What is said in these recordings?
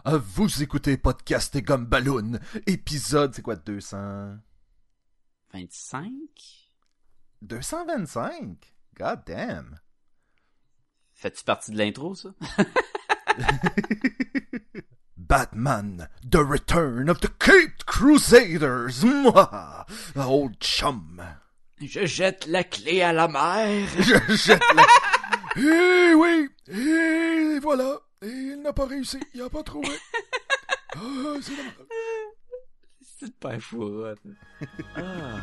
Vous écoutez Podcast et Gumballoon, épisode, c'est quoi, 200... 25? 225? God damn. Fais-tu partie de l'intro, ça? Batman, The Return of the Caped Crusaders, moi, old chum. Je jette la clé à la mer. Je jette la... Eh oui, et voilà, et il n'a pas réussi, il n'a pas trouvé. Ah, c'est dommage. C'est pas fou, hein. Ah.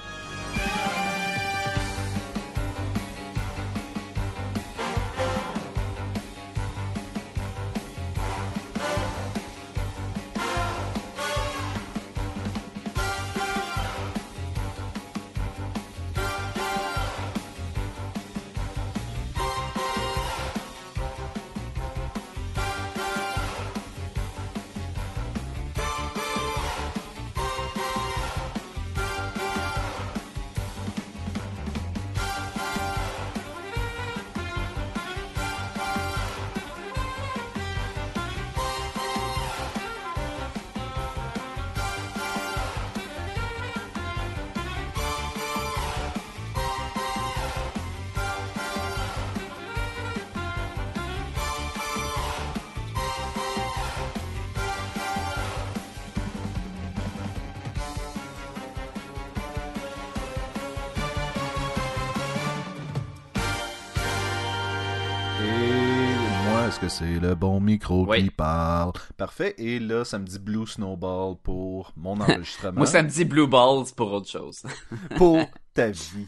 Est-ce que c'est le bon micro Oui. qui parle? Parfait. Et là, ça me dit Blue Snowball pour mon enregistrement. Moi, ça me dit Blue Balls pour autre chose. Pour ta vie.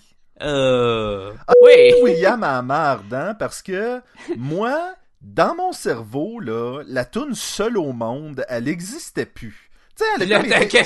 Oui! William a marre, hein, parce que moi, dans mon cerveau, là, la toune Seul au monde, elle n'existait plus. Tu sais, elle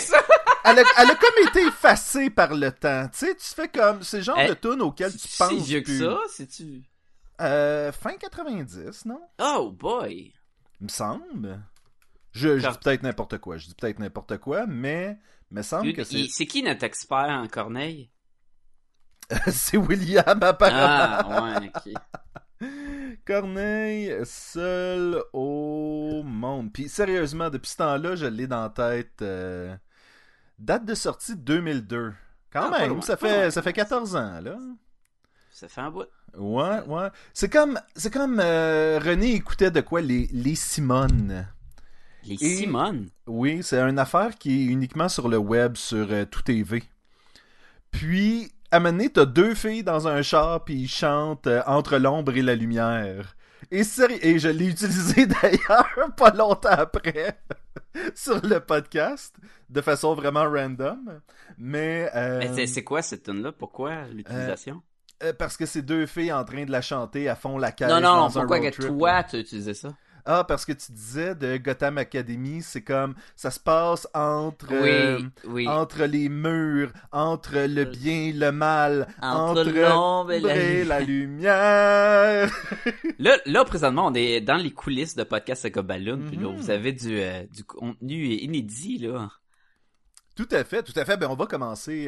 a comme été effacée par le temps. Tu sais, tu fais comme... C'est le genre de toune auquel tu penses plus. C'est vieux que plus. ça? C'est-tu... Fin 90, non? Oh boy! Il me semble. Je dis peut-être n'importe quoi, mais il me semble que c'est... C'est qui notre expert en Corneille? C'est William, apparemment. Ah, ouais, ok. Corneille, Seul au monde. Puis sérieusement, depuis ce temps-là, je l'ai dans la tête. Date de sortie 2002. Quand même, ça fait 14 ans, là. Ça fait un bout. Ouais. C'est comme René écoutait de quoi? Les Simones. Les Simones? Oui, c'est une affaire qui est uniquement sur le web, sur Tout TV. Puis, à un moment donné, t'as deux filles dans un char, puis ils chantent Entre l'ombre et la lumière. Et je l'ai utilisé d'ailleurs pas longtemps après sur le podcast, de façon vraiment random. Mais c'est quoi cette tune-là? Pourquoi l'utilisation? Parce que c'est deux filles en train de la chanter à fond la caisse non, dans un pourquoi road que trip. toi, tu as utilisé ça? Ah, parce que tu disais de Gotham Academy, c'est comme, ça se passe entre entre les murs, entre le bien et le mal, entre l'ombre et la lumière. là, présentement, on est dans les coulisses de Podcast et Gumballoon, puis là, vous avez du contenu inédit, là. Tout à fait. Ben, on va commencer.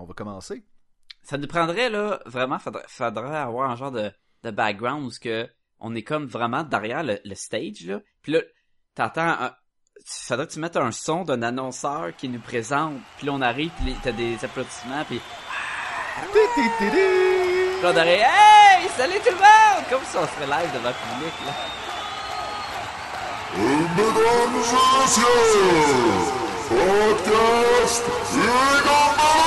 Ça nous prendrait, là, vraiment, faudrait avoir un genre de background où on est comme vraiment derrière le stage, là. Puis là, t'entends faudrait que tu mettes un son d'un annonceur qui nous présente. Puis là, on arrive, puis t'as des applaudissements, puis... Puis on arrive, hey! Salut tout le monde! Comme si on serait live devant le public, là. Mesdames et messieurs, Podcast et Gumballoon!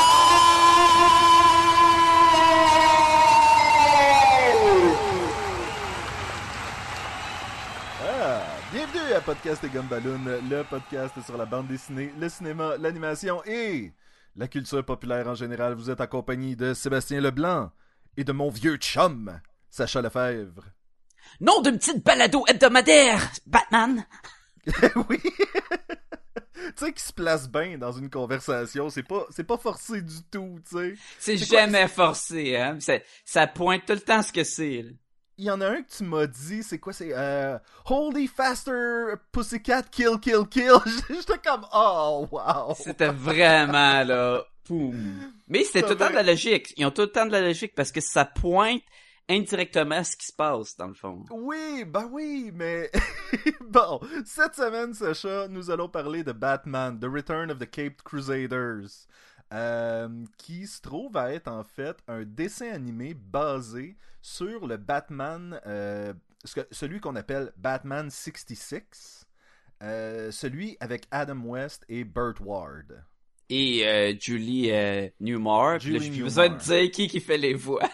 Bienvenue à Podcast et Gumballoon, le podcast sur la bande dessinée, le cinéma, l'animation et la culture populaire en général. Vous êtes en compagnie de Sébastien Leblanc et de mon vieux chum, Sacha Lefebvre. Nom d'une petite balado hebdomadaire, Batman! Oui! Tu sais, qui se place bien dans une conversation, c'est pas forcé du tout, tu sais. C'est jamais forcé, hein. Ça pointe tout le temps ce que c'est, là. Il y en a un que tu m'as dit, c'est quoi, c'est Holy Faster Pussycat Kill Kill Kill. J'étais comme, oh wow. C'était vraiment, là, poum. Mais c'était tout le temps de la logique. Ils ont tout le temps de la logique parce que ça pointe indirectement ce qui se passe, dans le fond. Oui, mais... Bon, cette semaine, Sacha, nous allons parler de Batman, The Return of the Caped Crusaders, qui se trouve à être en fait un dessin animé basé sur le Batman, celui qu'on appelle Batman 66, celui avec Adam West et Burt Ward. Et Julie Newmar. J'ai besoin de dire qui fait les voix.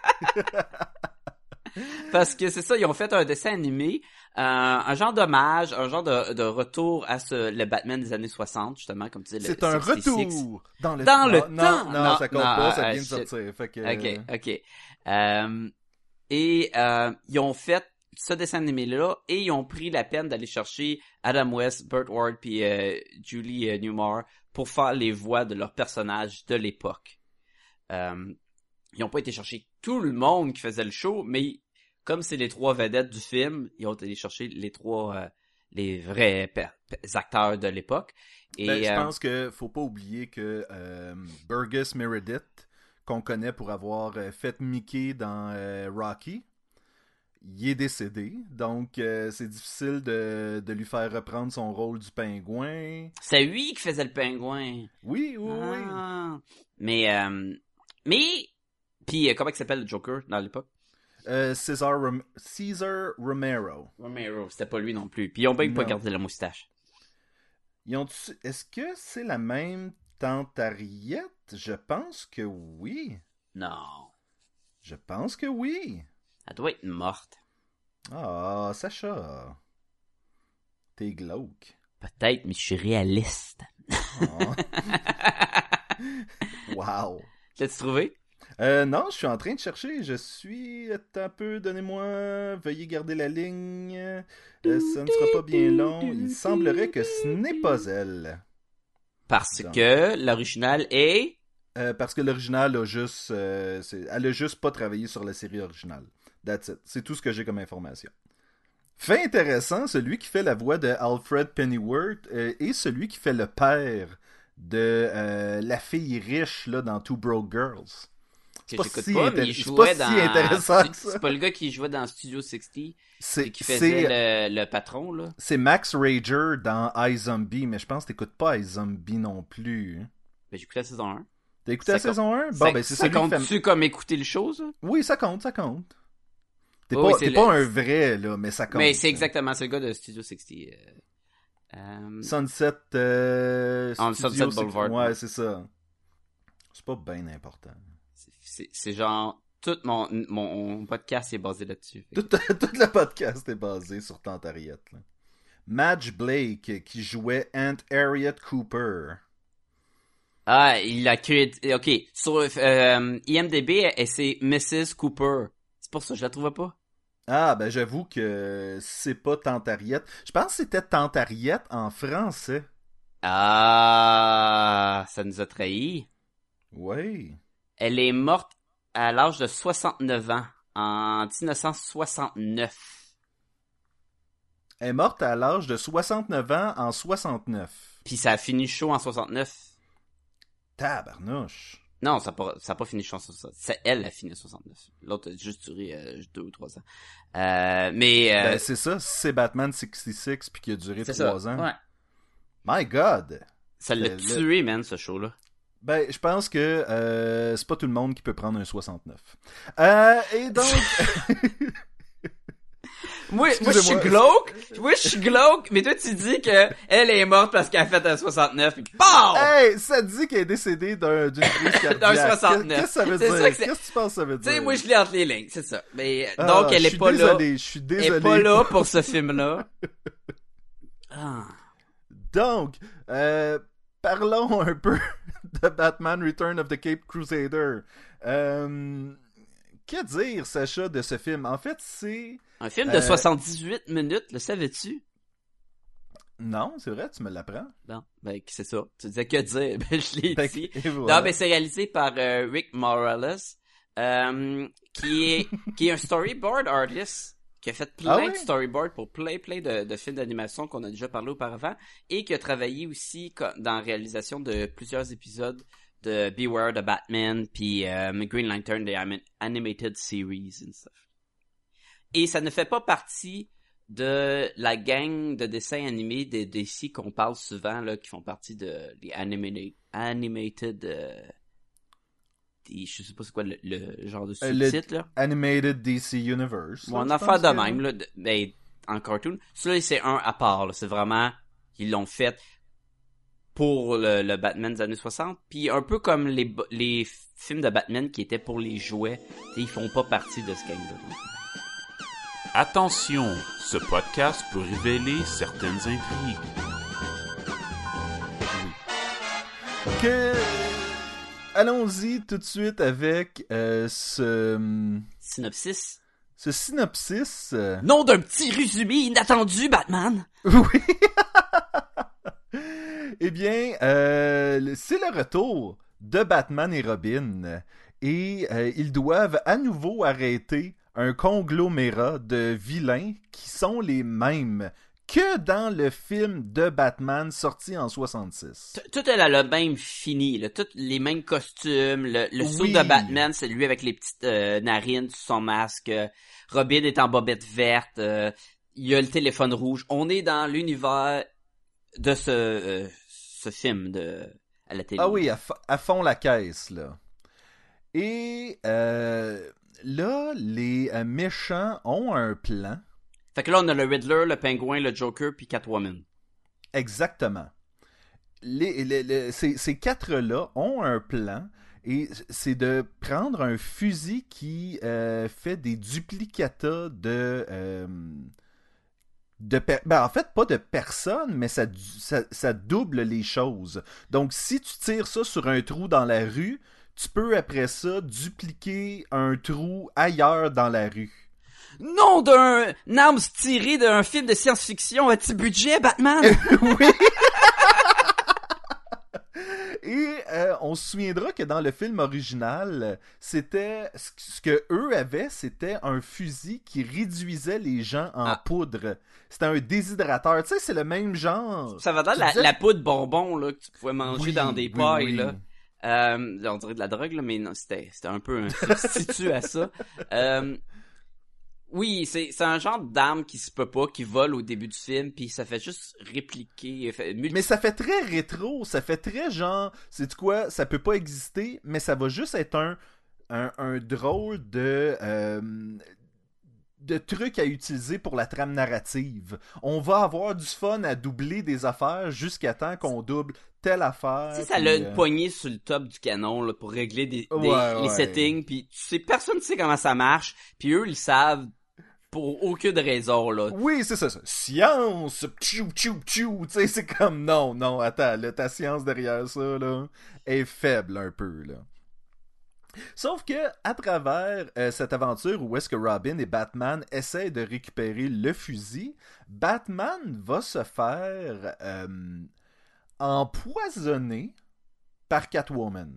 Parce que c'est ça, ils ont fait un dessin animé, un genre d'hommage, un genre de retour à le Batman des années 60, justement, comme tu dis. C'est un 66. retour dans le temps. Non, ça compte pas, ça vient de sortir. Fait que... Ok. Ils ont fait ce dessin animé-là et ils ont pris la peine d'aller chercher Adam West, Burt Ward puis Julie Newmar pour faire les voix de leurs personnages de l'époque. Ils ont pas été chercher tout le monde qui faisait le show, mais comme c'est les 3 vedettes du film, ils ont été chercher les vrais acteurs de l'époque. Et je pense que faut pas oublier que Burgess Meredith, qu'on connaît pour avoir fait Mickey dans Rocky, il est décédé, donc c'est difficile de lui faire reprendre son rôle du pingouin. C'est lui qui faisait le pingouin. Oui. Mais puis comment il s'appelle le Joker dans l'époque? César Romero. Romero, c'était pas lui non plus. Puis ils ont même pas gardé la moustache. Est-ce que c'est la même tante Harriet? Je pense que oui. Non. Je pense que oui. Elle doit être morte. Ah, Sacha. T'es glauque. Peut-être, mais je suis réaliste. Oh. Wow. L'as-tu trouvé? Non, je suis en train de chercher. Je suis... un peu, donnez-moi... Veuillez garder la ligne. Ça ne sera pas bien long. Il semblerait que ce n'est pas elle. Parce que l'original est... Parce que l'original a juste... elle a juste pas travaillé sur la série originale. That's it. C'est tout ce que j'ai comme information. Fait intéressant, celui qui fait la voix de Alfred Pennyworth est celui qui fait le père de la fille riche là, dans Two Broke Girls. C'est pas si intéressant que ça. C'est pas le gars qui jouait dans Studio 60 et qui faisait le patron, là. C'est Max Rager dans iZombie, mais je pense que t'écoutes pas iZombie non plus. Ben, j'ai écouté la saison 1. T'as écouté la saison 1? Bon, ben, c'est ça compte-tu comme écouter le show, ça? Oui, ça compte. T'es pas un vrai, là, mais ça compte. Mais c'est exactement, c'est le gars de Studio 60. Sunset Boulevard. Ouais, c'est ça. C'est pas bien important. C'est genre... Tout mon podcast est basé là-dessus. Tout le podcast est basé sur Tante Harriet. Là. Madge Blake, qui jouait Aunt Harriet Cooper. Ah, il a créé... OK. Sur IMDb, c'est Mrs. Cooper. C'est pour ça que je la trouvais pas. Ah, ben j'avoue que c'est pas Tante Harriet. Je pense que c'était Tante Harriet en français. Ah, ça nous a trahis. Oui. Elle est morte à l'âge de 69 ans, en 1969. Elle est morte à l'âge de 69 ans en 69. Puis ça a fini chaud en 69. Tabarnouche. Non, ça a pas fini chaud en 69. C'est elle a fini en 69. L'autre a juste duré 2 ou 3 ans. Ben, c'est ça, c'est Batman 66 puis qui a duré 3 ans. Ouais. My God! Ça l'a tué, man, ce show-là. Ben, je pense que c'est pas tout le monde qui peut prendre un 69. Et donc... moi, je suis glauque. Moi, je suis glauque. Mais toi, tu dis que elle est morte parce qu'elle a fait un 69. Puis, BAM! Hey, ça dit qu'elle est décédée d'une crise cardiaque. D'un 69. Qu'est-ce que ça veut dire? Qu'est-ce que tu penses que ça veut dire? Tu sais, moi, je lis entre les lignes, c'est ça. Mais, donc, elle est pas là. Je suis désolé. Elle est pas là pour ce film-là. Ah. Donc, parlons un peu de Batman Return of the Caped Crusader. Que dire, Sacha, de ce film? En fait, c'est... Un film de 78 minutes, le savais-tu? Non, c'est vrai, tu me l'apprends. Non, ben c'est ça. Tu disais que dire, ben je l'ai dit. Voilà. Non, ben c'est réalisé par Rick Morales, qui est un storyboard artist, qui a fait plein de storyboards pour plein de films d'animation qu'on a déjà parlé auparavant, et qui a travaillé aussi dans la réalisation de plusieurs épisodes de Beware the Batman, puis Green Lantern, the Animated Series and stuff. Et ça ne fait pas partie de la gang de dessins animés de DC qu'on parle souvent, là, qui font partie de les animated je sais pas c'est quoi le genre de sous-titre, là. Animated DC Universe. Bon, on a affaire de même, là, ben, en cartoon. Celui-là, c'est un à part, là. C'est vraiment, ils l'ont fait pour le Batman des années 60. Puis un peu comme les films de Batman qui étaient pour les jouets, ils font pas partie de ce gang-là. Attention, ce podcast peut révéler certaines intrigues. Allons-y tout de suite avec ce synopsis. Ce synopsis. Nom d'un petit résumé inattendu, Batman. Oui. Eh bien, c'est le retour de Batman et Robin. Et ils doivent à nouveau arrêter un conglomérat de vilains qui sont les mêmes que dans le film de Batman sorti en 66. Tout est le même fini, là. Tous les mêmes costumes. Le saut de Batman, c'est lui avec les petites narines sur son masque. Robin est en bobette verte. Il y a le téléphone rouge. On est dans l'univers de ce film à la télé. Ah oui, à fond la caisse, là. Et là, les méchants ont un plan. Fait que là, on a le Riddler, le Pingouin, le Joker, puis Catwoman. Exactement. Ces quatre-là ont un plan, et c'est de prendre un fusil qui fait des duplicatas en fait, pas de personnes, mais ça double les choses. Donc, si tu tires ça sur un trou dans la rue, tu peux après ça dupliquer un trou ailleurs dans la rue. Nom d'un arme tirée d'un film de science-fiction à petit budget, Batman! Oui! Et on se souviendra que dans le film original, c'était ce que eux avaient, c'était un fusil qui réduisait les gens en poudre. C'était un déshydrateur. Tu sais, c'est le même genre. Ça va dans la poudre bonbon là que tu pouvais manger dans des pailles là. On dirait de la drogue là, mais non, c'était un peu un substitut à ça. Oui, c'est un genre d'arme qui se peut pas, qui vole au début du film, puis ça fait juste répliquer. Mais ça fait très rétro, ça fait très genre, c'est quoi, ça peut pas exister, mais ça va juste être un drôle de truc à utiliser pour la trame narrative. On va avoir du fun à doubler des affaires jusqu'à temps qu'on double telle affaire. Si ça a une poignée sur le top du canon là, pour régler les settings, puis personne ne sait comment ça marche, puis eux ils savent pour aucune raison, là. Oui, c'est ça. Science! Pchou, pchou, pchou! Tu sais, c'est comme, non, attends, là, ta science derrière ça, là, est faible un peu, là. Sauf que, à travers cette aventure où est-ce que Robin et Batman essaient de récupérer le fusil, Batman va se faire empoisonner par Catwoman.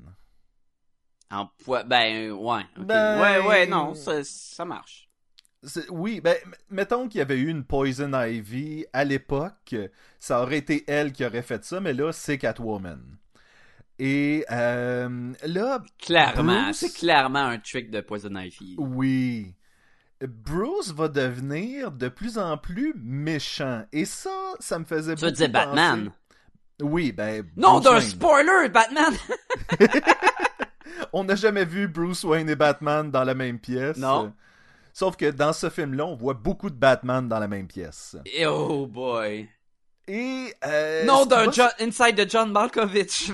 Ben, ouais. Okay. Ouais, non, ça marche. Oui, ben, mettons qu'il y avait eu une Poison Ivy à l'époque, ça aurait été elle qui aurait fait ça, mais là, c'est Catwoman. Et là... Clairement, Bruce... c'est clairement un trick de Poison Ivy. Oui. Bruce va devenir de plus en plus méchant. Et ça me faisait beaucoup penser... Tu veux dire Batman? Oui, ben... Non, d'un spoiler, Batman! On n'a jamais vu Bruce Wayne et Batman dans la même pièce. Non. Sauf que dans ce film-là, on voit beaucoup de Batman dans la même pièce. Oh boy. Et non, Inside de John Malkovich.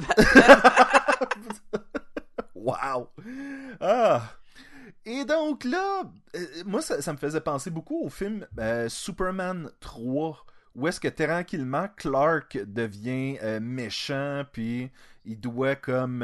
Wow. Ah. Et donc là, moi ça me faisait penser beaucoup au film Superman 3, où est-ce que tranquillement Clark devient méchant, puis il doit comme...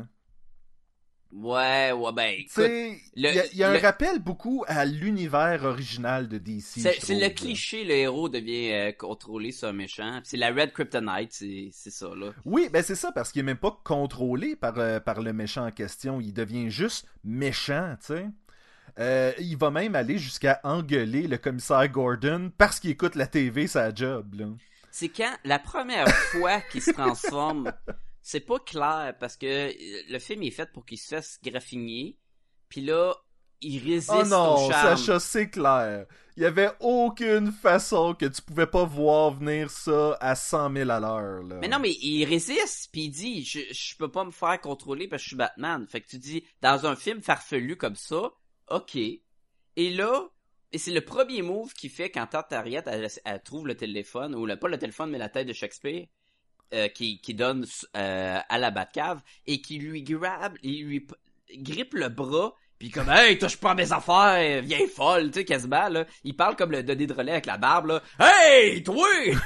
Ouais, ben, écoute... Il y a un rappel beaucoup à l'univers original de DC. C'est le cliché, le héros devient contrôlé sur un méchant. C'est la Red Kryptonite, c'est ça, là. Oui, ben c'est ça, parce qu'il est même pas contrôlé par le méchant en question. Il devient juste méchant, tu sais. Il va même aller jusqu'à engueuler le commissaire Gordon parce qu'il écoute la TV, sa job, là. C'est quand la première fois qu'il se transforme c'est pas clair parce que le film est fait pour qu'il se fasse graffiner, puis là, il résiste Oh non, au charme. Sacha, c'est clair. Il y avait aucune façon que tu pouvais pas voir venir ça à 100 000 à l'heure, là. Mais non, mais il résiste, puis il dit, je peux pas me faire contrôler parce que je suis Batman. Fait que tu dis, dans un film farfelu comme ça, ok. Et là, et c'est le premier move qu'il fait quand Tante Harriet, elle trouve le téléphone, ou pas le téléphone, mais la tête de Shakespeare, qui donne à la Batcave, et qui lui grippe le bras, pis comme, hey, touche pas à mes affaires, viens folle, tu sais, quasiment, là. Il parle comme le Denis de relais avec la barbe, là. Hey, toi!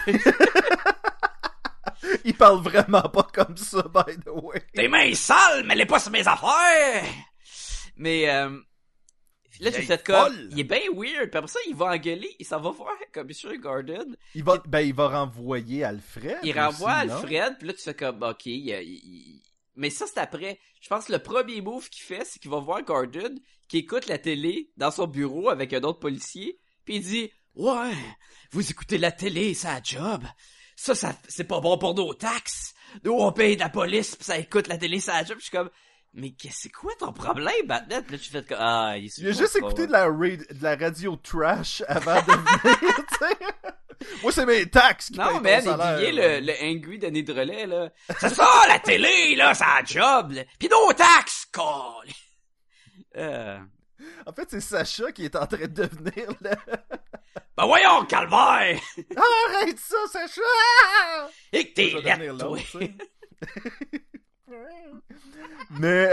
Il parle vraiment pas comme ça, by the way. Tes mains sales, mais les pas sur mes affaires! Mais, là, j'ai fait comme, il est bien weird, pis après ça, il va engueuler, il s'en va voir Commissioner Gordon. Il va renvoyer Alfred. Il renvoie aussi, Alfred, pis là, tu fais comme, ok, mais ça, c'est après. Je pense que le premier move qu'il fait, c'est qu'il va voir Gordon, qui écoute la télé dans son bureau avec un autre policier, puis il dit, ouais, vous écoutez la télé, c'est un job. Ça, c'est pas bon pour nos taxes. Nous, on paye de la police, pis ça écoute la télé, c'est un job. Je suis comme, mais c'est quoi ton problème, Batman? Pis là, tu fais comme, il a juste écouté de la radio trash avant de venir, tu sais. Moi, c'est mes taxes qui non, payent man, ton salaire. le angry Denis de relais, là. C'est ça, la télé, là, c'est un job, là. Pis nos taxes, colle. En fait, c'est Sacha qui est en train de devenir le... Ben voyons, calvaire! Arrête ça, Sacha! Et que t'es Je vais devenir lettre, toi. l'autre, tu sais. Mais...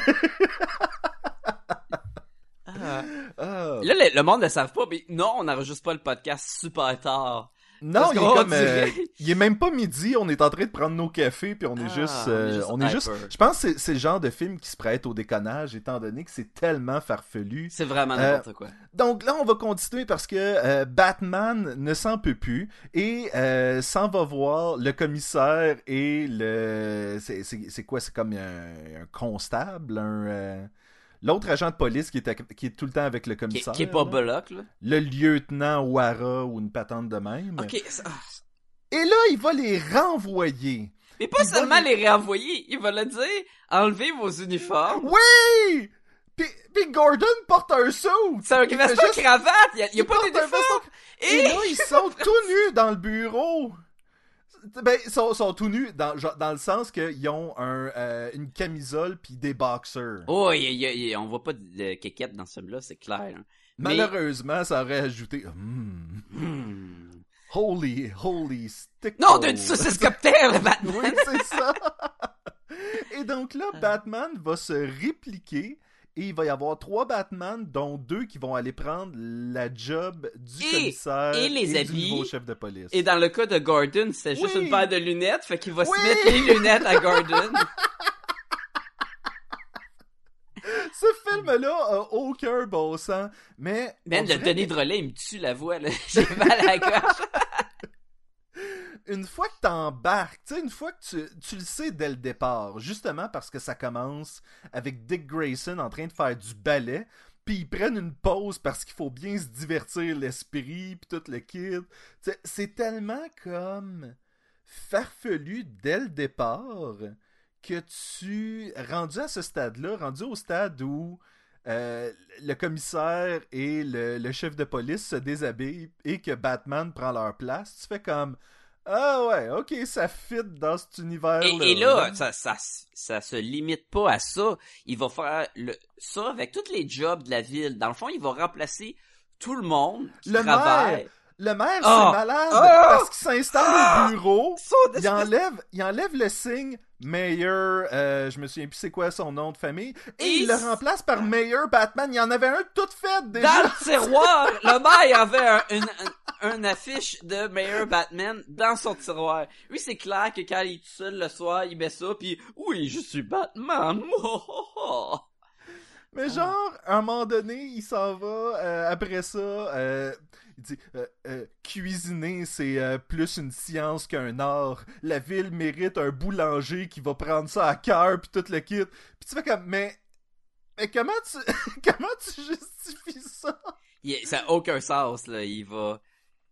Ah. Ah. Là, le monde ne savent pas, mais non, on n'enregistre pas le podcast super tard. Non, Parce il est qu'on comme... dirait- il est même pas midi, on est en train de prendre nos cafés, puis on est on est juste hyper. Je pense que c'est le genre de film qui se prête au déconnage, étant donné que c'est tellement farfelu. C'est vraiment n'importe quoi. Donc là, on va continuer parce que Batman ne s'en peut plus et s'en va voir le commissaire et le... C'est quoi? C'est comme un constable, l'autre agent de police qui est tout le temps avec le commissaire. Qui est pas là. Bullock, là. Le lieutenant O'Hara ou une patente de même. Ok, Et là, il va les renvoyer. mais pas Il va seulement les réenvoyer, il va le dire, enlevez vos uniformes. Oui! Puis Gordon porte un suit. C'est un Il veston fait juste- cravate, il y a il pas porte un d'uniforme. Et là, ils sont tout nus dans le bureau. Ben, ils sont tout nus dans le sens qu'ils ont une camisole puis des boxers. Oh, on voit pas de kékette dans ce film-là, c'est clair. Hein. Malheureusement, ça aurait ajouté... Holy stick. Non, d'un saucisse-coptère, le Batman! Oui, c'est ça. Et donc là, Batman va se répliquer et il va y avoir 3 Batman, dont 2 qui vont aller prendre la job du commissaire et les du habits. nouveau chef de police. Et dans le cas de Gordon, c'est juste Oui. une paire de lunettes, fait qu'il va Oui. se mettre les lunettes à Gordon. Ce film-là a aucun bon sens, mais... Man, on le dirait Denis de relais, il me tue la voix, là. J'ai mal à la gorge. une fois que t'embarques, tu sais, une fois que tu le sais dès le départ, justement parce que ça commence avec Dick Grayson en train de faire du ballet, puis ils prennent une pause parce qu'il faut bien se divertir l'esprit, puis tout le kit. Tu sais, c'est tellement comme farfelu dès le départ que rendu à ce stade-là, rendu au stade où le commissaire et le chef de police se déshabillent et que Batman prend leur place, tu fais comme... Ah ouais, ok, ça fit dans cet univers-là. Et là, ça se limite pas à ça. Il va faire ça avec tous les jobs de la ville. Dans le fond, il va remplacer tout le monde qui travaille. Le maire, Oh! c'est malade Oh! parce qu'il s'installe au bureau, Son il enlève le signe Mayor, je me souviens plus c'est quoi son nom de famille, et il le remplace par Mayor Batman. Il y en avait un tout fait déjà. Dans le tiroir, le maire avait un affiche de Mayor Batman dans son tiroir. Lui, c'est clair que quand il est tout seul le soir, il met ça, puis oui, je suis Batman. Mais genre, à un moment donné, il s'en va, après ça, il dit cuisiner, c'est plus une science qu'un art. La ville mérite un boulanger qui va prendre ça à cœur, puis tout le kit. Puis tu fais comme, mais comment tu comment tu justifies ça? Ça a aucun sens, là. Il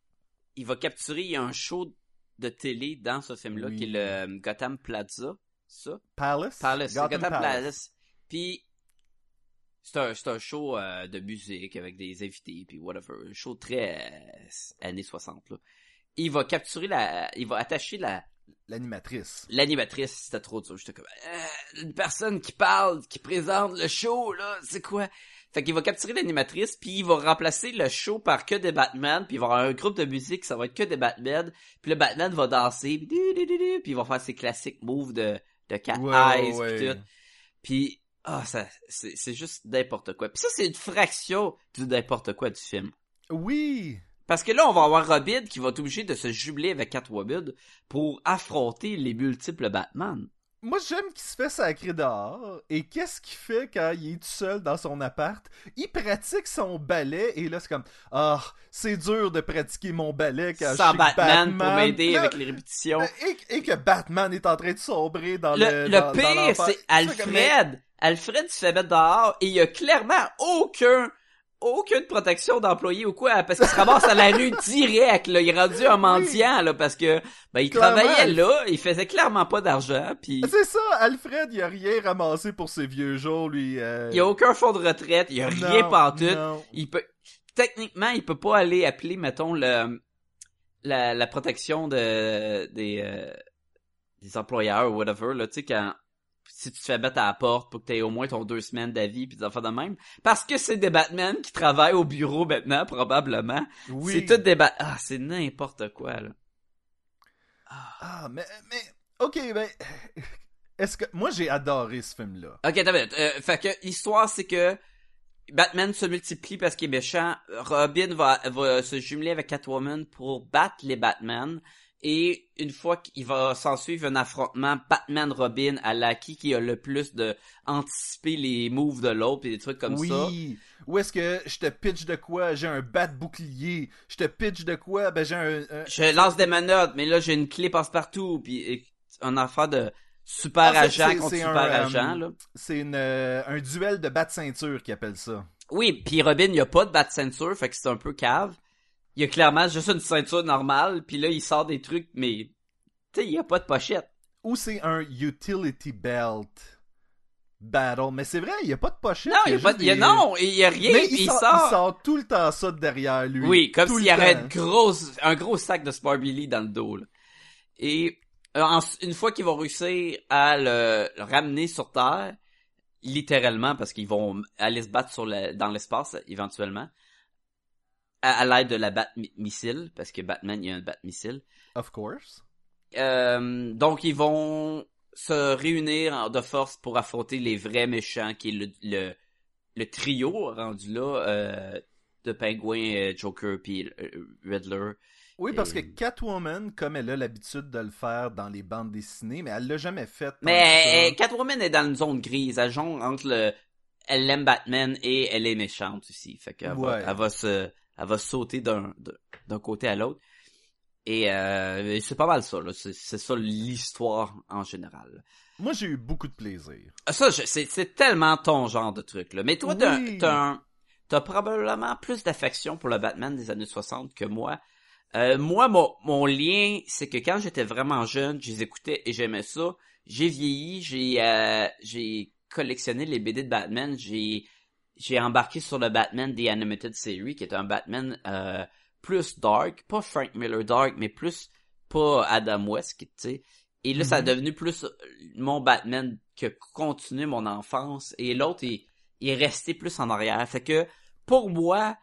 va capturer, il y a un show de télé dans ce film-là, Oui. qui est le Gotham Plaza. c'est ça? Palace? Palace, Gotham Gotham Palace. Palace. Puis c'est un show de musique avec des invités puis whatever, un show très années 60 là. Il va attacher l'animatrice, c'était trop dur. J'étais comme une personne qui parle, qui présente le show là, c'est quoi? Fait qu'il va capturer l'animatrice, puis il va remplacer le show par que des Batman, puis il va y avoir un groupe de musique, ça va être que des Batman, puis le Batman va danser, puis il va faire ses classiques moves de cat eyes, puis tout. Puis c'est juste n'importe quoi. Puis ça, c'est une fraction du n'importe quoi du film. Oui! Parce que là, on va avoir Robin qui va être obligé de se jumeler avec Catwoman pour affronter les multiples Batman. Moi, j'aime qu'il se fait sacrer dehors. Et qu'est-ce qu'il fait quand il est tout seul dans son appart? Il pratique son ballet. Et là, c'est comme... c'est dur de pratiquer mon ballet quand sans je suis Batman pour m'aider avec les répétitions. Et que Batman est en train de sombrer dans le dans pire, l'enfer. c'est Alfred. Alfred se fait mettre dehors et il y a clairement aucune protection d'employé ou quoi, parce qu'il se ramasse à la rue direct, là. Il est rendu un mendiant, là, parce que, il Clairement, travaillait là, il faisait clairement pas d'argent, puis C'est ça, Alfred, il a rien ramassé pour ses vieux jours, lui. il y a aucun fonds de retraite, il y a rien pantoute. Techniquement, il peut pas aller appeler, mettons, la protection des employeurs ou whatever, là, tu sais, si tu te fais mettre à la porte pour que t'aies au moins ton 2 semaines d'avis pis des enfants de même. Parce que c'est des Batman qui travaillent au bureau maintenant, probablement. Oui. C'est tout des c'est n'importe quoi, là. Mais, ok, est-ce que, moi j'ai adoré ce film-là. Ok, t'as vu, fait que l'histoire c'est que Batman se multiplie parce qu'il est méchant. Robin va se jumeler avec Catwoman pour battre les Batman. Et une fois qu'il va s'en suivre un affrontement Batman-Robin à la qui a le plus de anticiper les moves de l'autre et des trucs comme ça. Oui. Ou est-ce que je te pitch de quoi? J'ai un bat bouclier. Je te pitch de quoi? J'ai un... Je lance des menottes, mais là j'ai une clé passe-partout. Puis un affaire de super agent contre super agent. Là. C'est un duel de bat-ceinture qu'ils appellent ça. Oui, puis Robin, il y a pas de bat-ceinture, fait que c'est un peu cave. Il y a clairement juste une ceinture normale, puis là, il sort des trucs, mais, tu sais, il y a pas de pochette. Ou c'est un utility belt battle, mais c'est vrai, il y a pas de pochette. Non, il y a rien, mais puis il sort tout le temps ça de derrière lui. Oui, comme tout s'il y avait un gros sac de Sparbilly dans le dos, là. Et, une fois qu'ils vont réussir à le ramener sur Terre, littéralement, parce qu'ils vont aller se battre dans l'espace, éventuellement, à l'aide de la Bat-missile, parce que Batman, il y a un Bat-missile. Of course. Donc, ils vont se réunir de force pour affronter les vrais méchants, qui est le trio rendu là, de Penguin, Joker, puis Riddler. Oui, parce que Catwoman, comme elle a l'habitude de le faire dans les bandes dessinées, mais elle l'a jamais fait. Mais Catwoman est dans une zone grise, elle jongle entre elle aime Batman et elle est méchante aussi. Fait qu'elle elle va sauter d'un côté à l'autre. Et c'est pas mal ça, là. C'est ça l'histoire en général. Moi, j'ai eu beaucoup de plaisir. Ça, c'est tellement ton genre de truc, là. Mais toi, oui. t'as probablement plus d'affection pour le Batman des années 60 que moi. Moi, mon lien, c'est que quand j'étais vraiment jeune, je les écoutais et j'aimais ça. J'ai vieilli, j'ai collectionné les BD de Batman, j'ai embarqué sur le Batman The Animated Series, qui est un Batman plus dark, pas Frank Miller dark, mais plus pas Adam West, tu sais. Et là, ça a devenu plus mon Batman qui a continué mon enfance, et l'autre est resté plus en arrière. Fait que pour moi,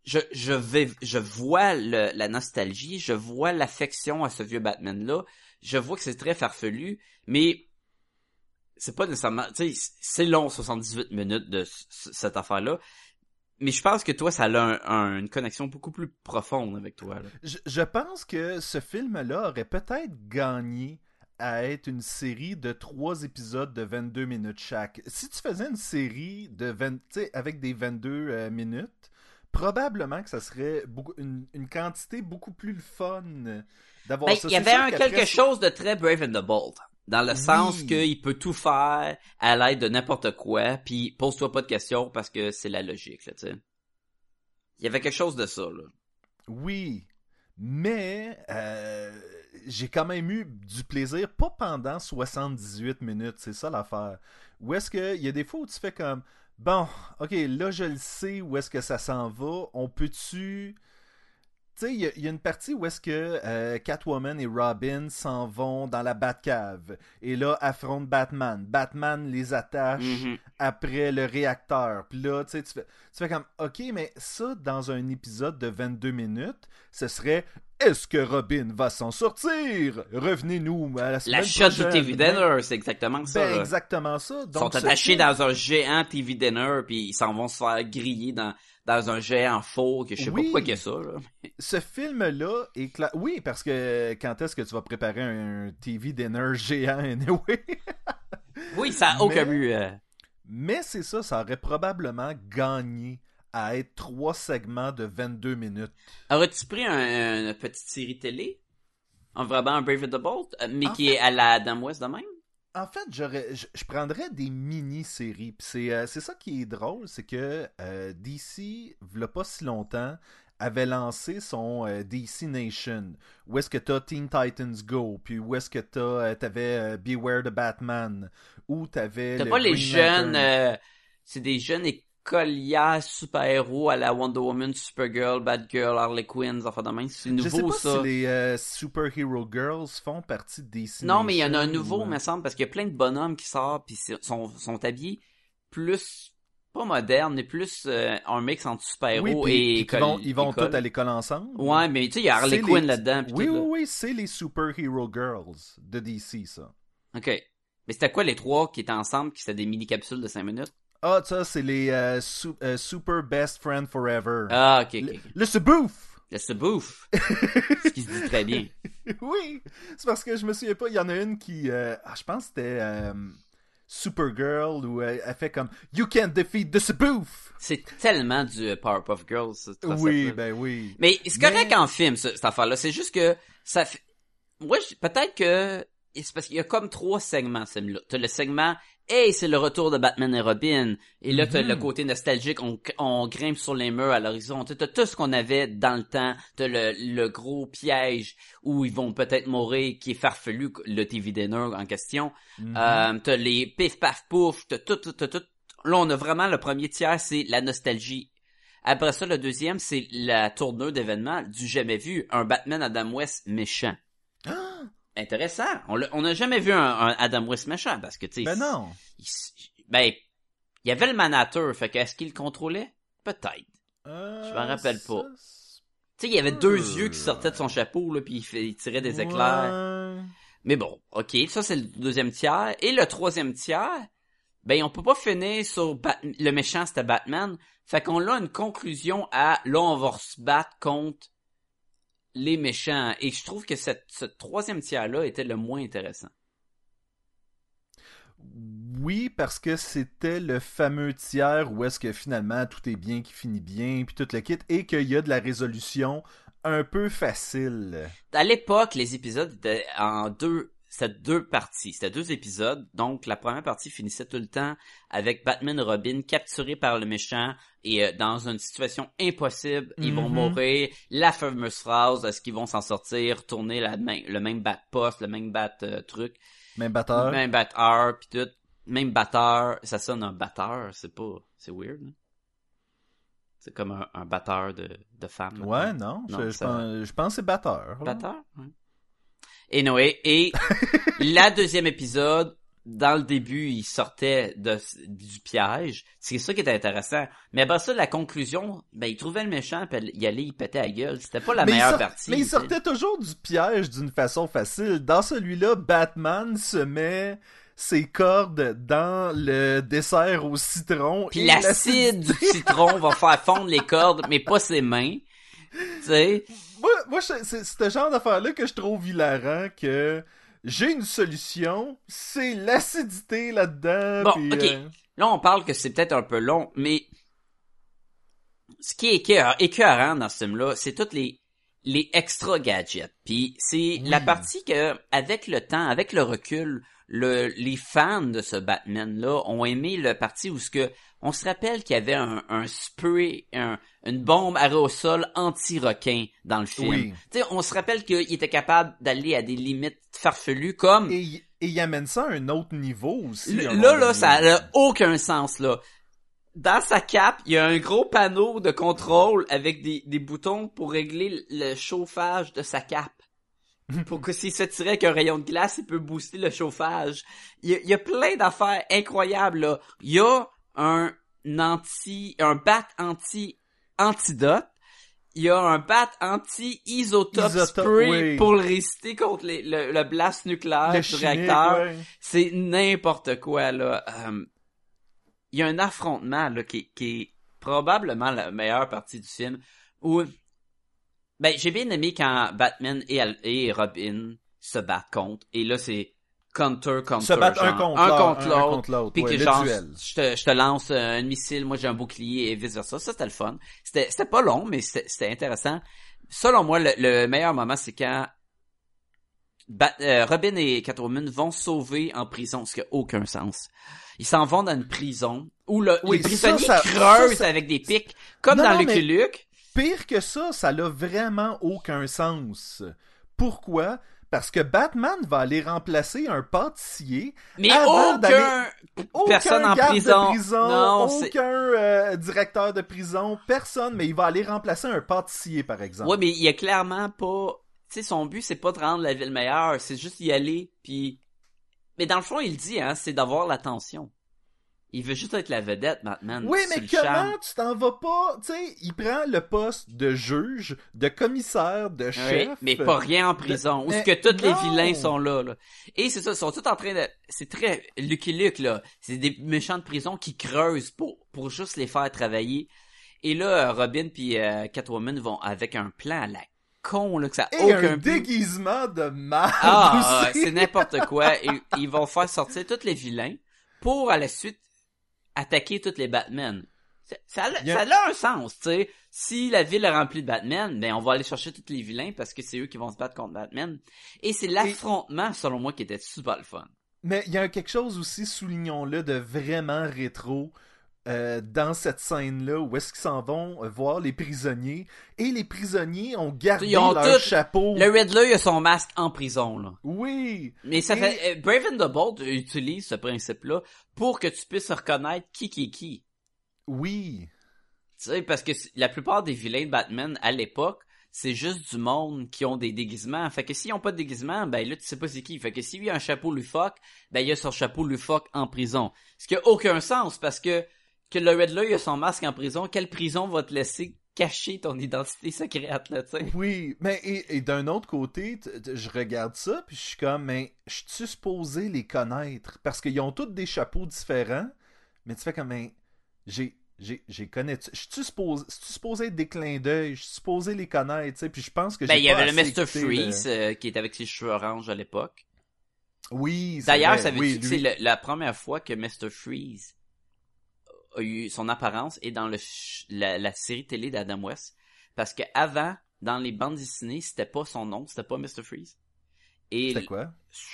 je vois la nostalgie, je vois l'affection à ce vieux Batman-là, je vois que c'est très farfelu, mais c'est pas nécessairement, tu sais, c'est long 78 minutes de cette affaire-là, mais je pense que toi, ça a une connexion beaucoup plus profonde avec toi, là. Je pense que ce film-là aurait peut-être gagné à être une série de 3 épisodes de 22 minutes chaque. Si tu faisais une série avec des 22 minutes, probablement que ça serait une quantité beaucoup plus le fun d'avoir ça. Il y avait quelque chose de très Brave and the Bold. Dans le sens qu'il peut tout faire à l'aide de n'importe quoi, puis pose-toi pas de questions parce que c'est la logique, là, tu sais. Il y avait quelque chose de ça, là. Oui, mais j'ai quand même eu du plaisir, pas pendant 78 minutes, c'est ça l'affaire. Où est-ce que il y a des fois où tu fais comme, bon, ok, là je le sais où est-ce que ça s'en va, on peut-tu... Tu sais, il y a une partie où est-ce que Catwoman et Robin s'en vont dans la Batcave et là affrontent Batman. Batman les attache après le réacteur. Puis là, tu sais, tu fais comme, ok, mais ça, dans un épisode de 22 minutes, ce serait, est-ce que Robin va s'en sortir? Revenez-nous à la semaine La shot prochaine. du TV dinner, c'est exactement ça. Ben, là. exactement ça. Ils sont attachés dans un géant TV dinner, puis ils s'en vont se faire griller dans un géant faux, que je sais pas pourquoi qu'il y a ça, là. Ce film-là est oui, parce que quand est-ce que tu vas préparer un TV dinner géant anyway? Oui, ça a aucun but. Mais c'est ça, ça aurait probablement gagné à être 3 segments de 22 minutes. Aurais-tu pris une petite série télé? Vraiment un Brave and the Bold? Mais En qui fait- est à la Adam West de même? En fait, je prendrais des mini-séries. Puis c'est ça qui est drôle, c'est que DC, v'là pas si longtemps, avait lancé son DC Nation. Où est-ce que t'as Teen Titans Go, puis où est-ce que t'avais Beware the Batman, ou t'avais T'as le pas les Green jeunes... Lantern. c'est des jeunes écolières super-héros à la Wonder Woman, Supergirl, Batgirl, Harley Quinn, enfin de même. C'est Je sais nouveau, pas ça. si les Superhero Girls font partie de DC Non, mais il y en a un Nation nouveau, ou, me semble, parce qu'il y a plein de bonhommes qui sortent, puis sont habillés plus... pas moderne, mais plus un mix entre super-héros oui, et puis ils vont tous à l'école ensemble. Ouais, mais tu sais, il y a Harley C'est Quinn les- là-dedans. Pis Oui, tout, là. oui, c'est les Superhero Girls de DC, ça. OK. Mais c'était quoi les trois qui étaient ensemble, qui c'était des mini-capsules de 5 minutes? Ah, ça, c'est les Super Best Friend Forever. Ah, ok, ok. ok. Le Subouf! Le bouffe. Ce qui se dit très bien. Oui, c'est parce que je me souviens pas, il y en a une qui... je pense que c'était Supergirl, où elle fait comme « You can't defeat the Subouf! C'est tellement du Powerpuff Girls, cette » Oui, recette-là. ben oui. Mais c'est correct en film, cette affaire-là. C'est juste que ça fait... Moi, peut-être que... C'est parce qu'il y a comme 3 segments, ce film-là. T'as le segment « Hey, c'est le retour de Batman et Robin ». Et là, t'as le côté nostalgique, on grimpe sur les murs à l'horizon. T'as tout ce qu'on avait dans le temps. T'as le gros piège où ils vont peut-être mourir, qui est farfelu, le TV dinner en question. T'as les pif-paf-pouf, t'as tout. Là, on a vraiment le premier tiers, c'est la nostalgie. Après ça, le deuxième, c'est la tournure d'événements du jamais vu. Un Batman Adam West méchant. Intéressant. On n'a jamais vu un Adam West méchant, parce que, tu sais... Ben non. Il y avait le Manateur, fait que est-ce qu'il le contrôlait? Peut-être. Je m'en rappelle pas. Tu sais, il y avait 2 yeux qui sortaient de son chapeau, là, puis il tirait des éclairs. Ouais. Mais bon, ok, ça c'est le deuxième tiers. Et le troisième tiers, ben on peut pas finir sur le méchant, c'était Batman. Fait qu'on a une conclusion à, là on va se battre contre les méchants. Et je trouve que ce troisième tiers-là était le moins intéressant. Oui, parce que c'était le fameux tiers où est-ce que finalement tout est bien qui finit bien, puis tout le kit, et qu'il y a de la résolution un peu facile. À l'époque, les épisodes étaient c'était 2 parties. C'était 2 épisodes. Donc, la première partie finissait tout le temps avec Batman et Robin capturés par le méchant et dans une situation impossible. Ils vont mourir. La fameuse phrase, est-ce qu'ils vont s'en sortir, tourner le même bat-poste, le même bat-truc. Même batteur. Même batteur, pis tout. Même batteur. Ça sonne un batteur. C'est weird, hein? C'est comme un batteur de femme. Ouais, non. Je pense que c'est batteur. là. Batteur? Ouais. Anyway, et la deuxième épisode, dans le début, il sortait du piège. C'est ça qui était intéressant. Mais après ça, la conclusion, ben, il trouvait le méchant, puis il allait, il pétait la gueule. C'était pas la meilleure partie. Mais il sortait toujours du piège d'une façon facile. Dans celui-là, Batman se met ses cordes dans le dessert au citron. Puis et l'acide du citron va faire fondre les cordes, mais pas ses mains. Tu sais. Moi c'est ce genre d'affaire-là que je trouve hilarant, que j'ai une solution, c'est l'acidité là-dedans. Bon, puis, ok. Là, on parle que c'est peut-être un peu long, mais ce qui est écœurant dans ce film-là, c'est toutes les extra gadgets. Puis c'est la partie que, avec le temps, avec le recul, les fans de ce Batman-là ont aimé le parti où ce que on se rappelle qu'il y avait un spray, une bombe aérosol anti-requin dans le film. Oui. Tu sais, on se rappelle qu'il était capable d'aller à des limites farfelues comme... Et il amène ça à un autre niveau aussi. Là, ça n'a aucun sens, là. Dans sa cape, il y a un gros panneau de contrôle avec des boutons pour régler le chauffage de sa cape. Pour que s'il se tirait avec un rayon de glace, il peut booster le chauffage. Il y a plein d'affaires incroyables, là. Il y a un bat antidote. Il y a un bat anti-isotope spray oui. pour le résister contre le blast nucléaire du réacteur. Ouais. C'est n'importe quoi, là. Il y a un affrontement, là, qui est probablement la meilleure partie du film, où, j'ai bien aimé quand Batman et Robin se battent contre, et là, c'est counter, se battent genre, un contre l'autre, puis ouais, que le genre, duel. je te lance un missile, moi j'ai un bouclier, et vice versa. Ça, c'était le fun. C'était pas long, mais c'était intéressant. Selon moi, le meilleur moment, c'est quand Robin et Catwoman vont sauver en prison, ce qui n'a aucun sens. Ils s'en vont dans une prison où les prisonniers creusent avec des pics, comme dans Lucky Luke. Pire que ça n'a vraiment aucun sens. Pourquoi? Parce que Batman va aller remplacer un pâtissier. Mais aucun personne en prison. De prison non, aucun directeur de prison, personne, mais il va aller remplacer un pâtissier, par exemple. Ouais, mais il y a clairement pas... Tu sais, son but, c'est pas de rendre la ville meilleure, c'est juste y aller, puis... Mais dans le fond, il dit, hein, c'est d'avoir l'attention. Il veut juste être la vedette, Batman. Oui, mais comment tu t'en vas pas? Tu sais, il prend le poste de juge, de commissaire, de chef. Oui, mais pas rien en prison. Où est-ce que tous les vilains sont là. Et c'est ça, ils sont tous en train de... C'est très Lucky Luke, là. C'est des méchants de prison qui creusent pour juste les faire travailler. Et là, Robin puis Catwoman vont avec un plan à la con, là, que ça a et aucun un déguisement de merde aussi. C'est n'importe quoi. Et ils vont faire sortir tous les vilains pour, à la suite, attaquer tous les Batman. Ça a un sens, tu sais. Si la ville est remplie de Batman, ben on va aller chercher tous les vilains parce que c'est eux qui vont se battre contre Batman. Et c'est l'affrontement, selon moi, qui était super le fun. Mais il y a quelque chose aussi, soulignons-le, de vraiment rétro dans cette scène-là où est-ce qu'ils s'en vont voir les prisonniers. Et les prisonniers ont gardé leur chapeau. Le Riddler a son masque en prison, là. Oui. Mais ça fait... Brave and the Bold utilise ce principe-là pour que tu puisses reconnaître qui est qui. Oui. Tu sais, parce que la plupart des vilains de Batman, à l'époque, c'est juste du monde qui ont des déguisements. Fait que s'ils ont pas de déguisement, ben là, tu sais pas c'est qui. Fait que s'il y a un chapeau loufoque, ben il y a son chapeau loufoque en prison. Ce qui a aucun sens, parce que le Riddler a son masque en prison, quelle prison va te laisser cacher ton identité secrète, là, tu sais? Oui, mais et d'un autre côté, je regarde ça, puis je suis comme, mais je suis supposé les connaître? Parce qu'ils ont tous des chapeaux différents, mais tu fais comme, mais j'ai connais. Je suis supposé être des clins d'œil, je suis supposé les connaître, tu sais, puis je pense que j'ai il y avait le Mr. Freeze qui était avec ses cheveux orange à l'époque. Oui, d'ailleurs, ça veut dire que c'est la première fois que Mr. Freeze a eu son apparence et dans la série télé d'Adam West, parce que avant, dans les bandes dessinées, c'était pas son nom, c'était pas Mr. Freeze. Et c'était quoi?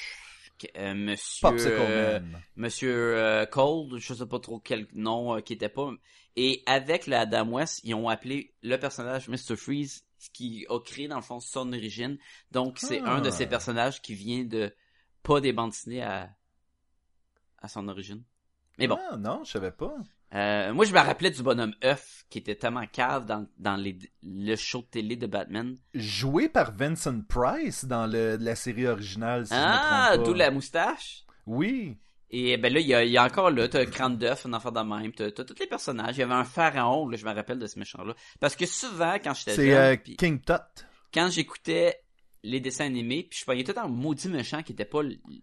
Monsieur Cold, je sais pas trop quel nom qui était pas. Et avec le Adam West, ils ont appelé le personnage Mr. Freeze, qui a créé dans le fond son origine. Donc c'est un de ces personnages qui vient de pas des bandes dessinées à son origine. Mais bon. Ah non, je savais pas. Moi, je me rappelais du bonhomme œuf qui était tellement cave dans le show de télé de Batman. Joué par Vincent Price dans la série originale, si je me trompe pas. D'où la moustache? Oui. Et ben là, il y a encore là, t'as Crâne d'œuf, un enfant de même, t'as tous les personnages. Il y avait un pharaon, là, je me rappelle de ce méchant-là. Parce que souvent, quand j'étais jeune... C'est King Tut. Quand j'écoutais les dessins animés, puis je voyais tout un maudit méchant qui était pas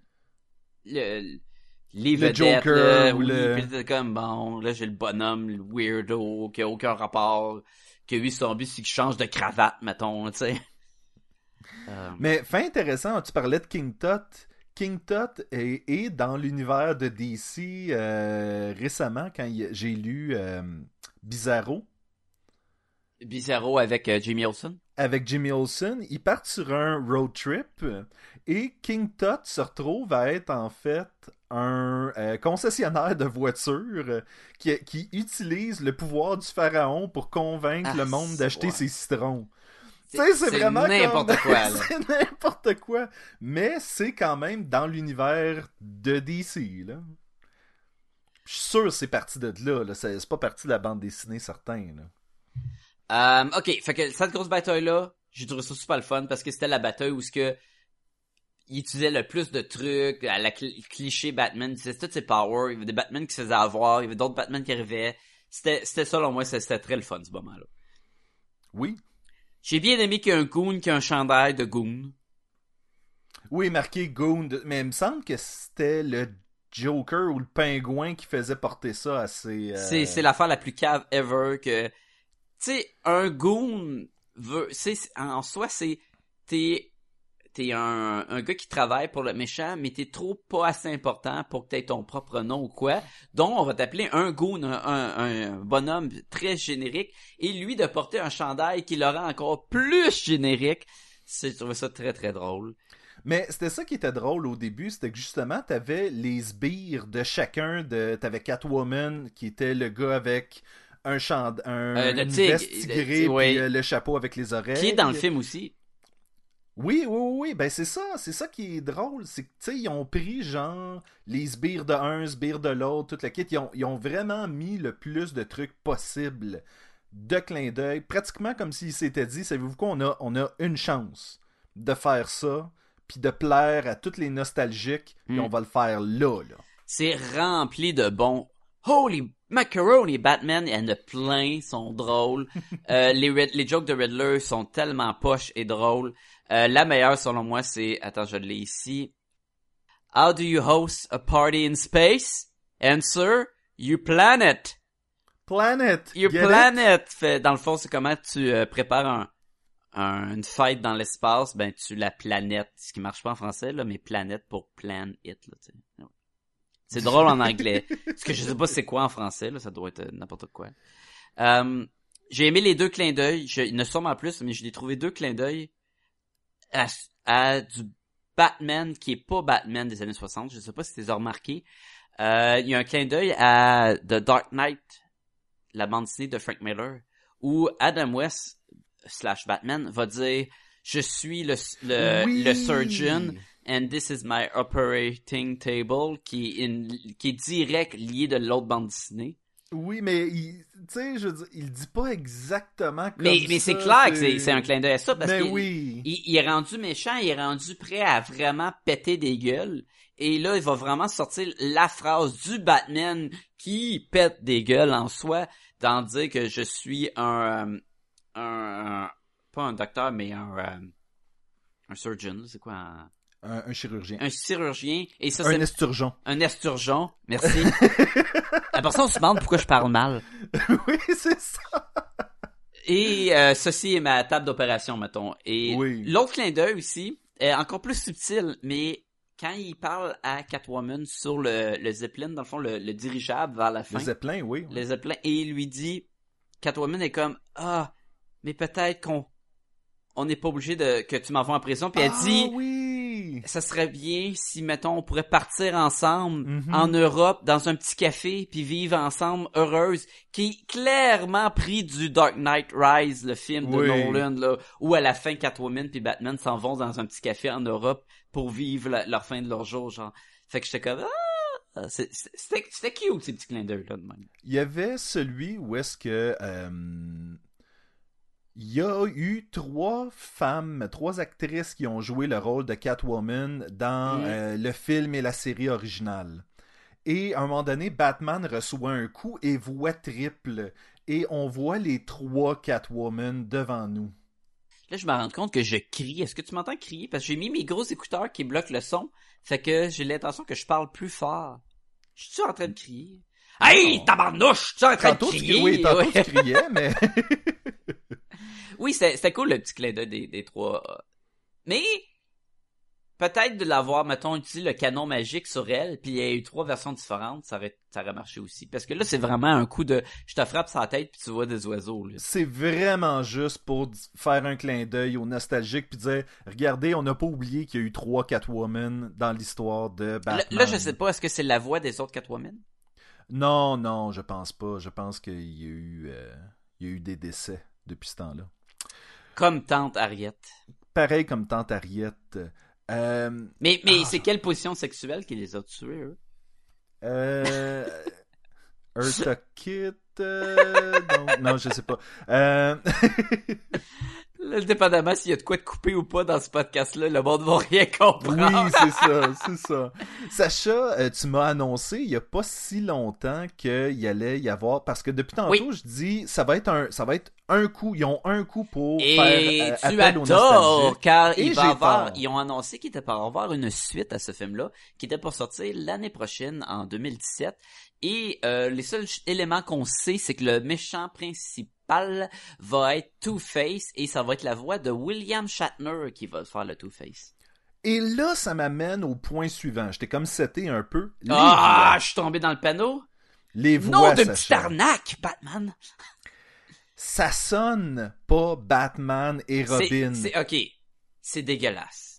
les vedettes, Joker, puis c'était comme, bon, là, j'ai le bonhomme, le weirdo, qui a aucun rapport, que lui, son but, c'est qu'il change de cravate, mettons, tu sais. Mais, fin intéressant, tu parlais de King Tut. King Tut est dans l'univers de DC récemment, quand j'ai lu Bizarro. Bizarro avec Jimmy Olsen. Avec Jimmy Olsen, ils partent sur un road trip et King Tut se retrouve à être en fait un concessionnaire de voitures qui utilise le pouvoir du pharaon pour convaincre le monde d'acheter ses citrons. Tu sais, c'est vraiment n'importe quoi, là. C'est n'importe quoi. Mais c'est quand même dans l'univers de DC, là. Je suis sûr que c'est parti de là. C'est pas parti de la bande dessinée, certain, là. Ok, fait que cette grosse bataille-là, j'ai trouvé ça super le fun parce que c'était la bataille où il utilisait le plus de trucs, à la cliché Batman, il utilisait toutes ses powers, il y avait des Batman qui se faisaient avoir, il y avait d'autres Batman qui arrivaient. C'était ça, selon moi, c'était très le fun, ce moment-là. Oui. J'ai bien aimé qu'il y ait un Goon qui a un chandail de Goon. Oui, marqué Goon, mais il me semble que c'était le Joker ou le Pingouin qui faisait porter ça à ses... C'est l'affaire la plus cave ever que... Tu sais, un Goon en soi, t'es un gars qui travaille pour le méchant, mais t'es trop pas assez important pour que t'aies ton propre nom ou quoi. Donc, on va t'appeler un goon, un bonhomme très générique, et lui de porter un chandail qui le rend encore plus générique. J'ai trouvé ça très, très drôle. Mais c'était ça qui était drôle au début, c'était que justement, t'avais les sbires de chacun. T'avais Catwoman, qui était le gars avec une veste tigrée, oui. Puis le chapeau avec les oreilles. Qui est dans le film aussi. Oui, ben c'est ça qui est drôle, c'est que, tu sais, ils ont pris, genre, les sbires de un, sbires de l'autre, tout le kit, ils ont vraiment mis le plus de trucs possible de clin d'œil, pratiquement comme s'ils s'étaient dit, savez-vous quoi, on a une chance de faire ça, puis de plaire à tous les nostalgiques, puis on va le faire là. C'est rempli de bons Holy Macaroni Batman, il y en a plein, sont drôles. Les jokes de Riddler sont tellement poches et drôles. La meilleure, selon moi, c'est... Attends, je l'ai ici. How do you host a party in space? Answer, you plan it. Planet! You plan it! Fait, dans le fond, c'est comment tu prépares une fête dans l'espace. Ben, tu la planètes. Ce qui marche pas en français, là, mais planète pour plan it, là, tu sais. C'est drôle en anglais. Parce que je sais pas c'est quoi en français, là, ça doit être n'importe quoi. J'ai aimé les deux clins d'œil. Il y en a sûrement plus, mais je l'ai trouvé deux clins d'œil à du Batman qui est pas Batman des années 60. Je sais pas si tu les as remarqués. Il y a un clin d'œil à The Dark Knight, la bande dessinée de Frank Miller, où Adam West / Batman va dire « Je suis le surgeon and this is my operating table » qui est direct lié de l'autre bande dessinée. Oui, mais tu sais, je veux dire, il dit pas exactement comme mais ça. c'est clair que c'est un clin d'œil à ça, parce mais qu'il oui. il est rendu méchant, il est rendu prêt à vraiment péter des gueules. Et là, il va vraiment sortir la phrase du Batman qui pète des gueules en soi, d'en dire que je suis pas un docteur, mais un surgeon, c'est quoi Un chirurgien. Un chirurgien. Et ça, un esturgeon. Un esturgeon, merci. Après ça, on se demande pourquoi je parle mal. Oui, c'est ça. Et ceci est ma table d'opération, mettons. Et oui. L'autre clin d'œil aussi, est encore plus subtil, mais quand il parle à Catwoman sur le Zeppelin, dans le fond, le dirigeable vers la fin. Le Zeppelin, oui. Le Zeppelin, et il lui dit, Catwoman est comme, mais peut-être qu'on n'est pas obligé que tu m'envoies en prison. Puis elle dit, oui. Ça serait bien si, mettons, on pourrait partir ensemble en Europe, dans un petit café, puis vivre ensemble, heureuse, qui est clairement pris du Dark Knight Rise, le film de Nolan, là, où à la fin, Catwoman puis Batman s'en vont dans un petit café en Europe pour vivre leur fin de leur jour, genre. Fait que j'étais comme, c'était cute, ces petits clins d'œil-là, de même. Il y avait celui où est-ce que... il y a eu 3 actrices qui ont joué le rôle de Catwoman dans le film et la série originale. Et à un moment donné, Batman reçoit un coup et voix triple. Et on voit les 3 Catwoman devant nous. Là, je me rends compte que je crie. Est-ce que tu m'entends crier? Parce que j'ai mis mes gros écouteurs qui bloquent le son. Fait que j'ai l'intention que je parle plus fort. Je suis en train de crier? Hey, tabarnouche! Je suis en train de crier! Oui, tantôt tu criais, mais... Oui, c'était cool le petit clin d'œil des 3. Mais peut-être de l'avoir, mettons, utilisé le canon magique sur elle, puis il y a eu 3 versions différentes, ça aurait marché aussi. Parce que là, c'est vraiment un coup de je te frappe sur la tête puis tu vois des oiseaux. Là. C'est vraiment juste pour faire un clin d'œil aux nostalgiques puis dire regardez, on n'a pas oublié qu'il y a eu 3 Catwoman dans l'histoire de Batman. Là, je sais pas, est-ce que c'est la voix des autres Catwoman? Non, je pense pas. Je pense qu'il y a eu des décès depuis ce temps-là. Comme Tante Harriet. Pareil comme Tante Harriet. Mais c'est quelle position sexuelle qui les a tués, eux? Eartha Kitt. Non, je sais pas. Là, dépendamment s'il y a de quoi te couper ou pas dans ce podcast-là, le monde va rien comprendre. Oui, c'est ça. Sacha, tu m'as annoncé il y a pas si longtemps qu'il allait y avoir, parce que depuis tantôt, je dis, ça va être un coup, ils ont un coup pour faire tu as appel aux tort, nostalgiques. car Et ils ont annoncé qu'il était pour avoir une suite à ce film-là, qui était pour sortir l'année prochaine, en 2017. Et les seuls éléments qu'on sait, c'est que le méchant principal va être Two-Face et ça va être la voix de William Shatner qui va faire le Two-Face. Et là, ça m'amène au point suivant. J'étais comme seté un peu. Je suis tombé dans le panneau. Les voix, Non, de Sacha. petite arnaque, Batman. Ça sonne pas Batman et Robin. OK. C'est dégueulasse.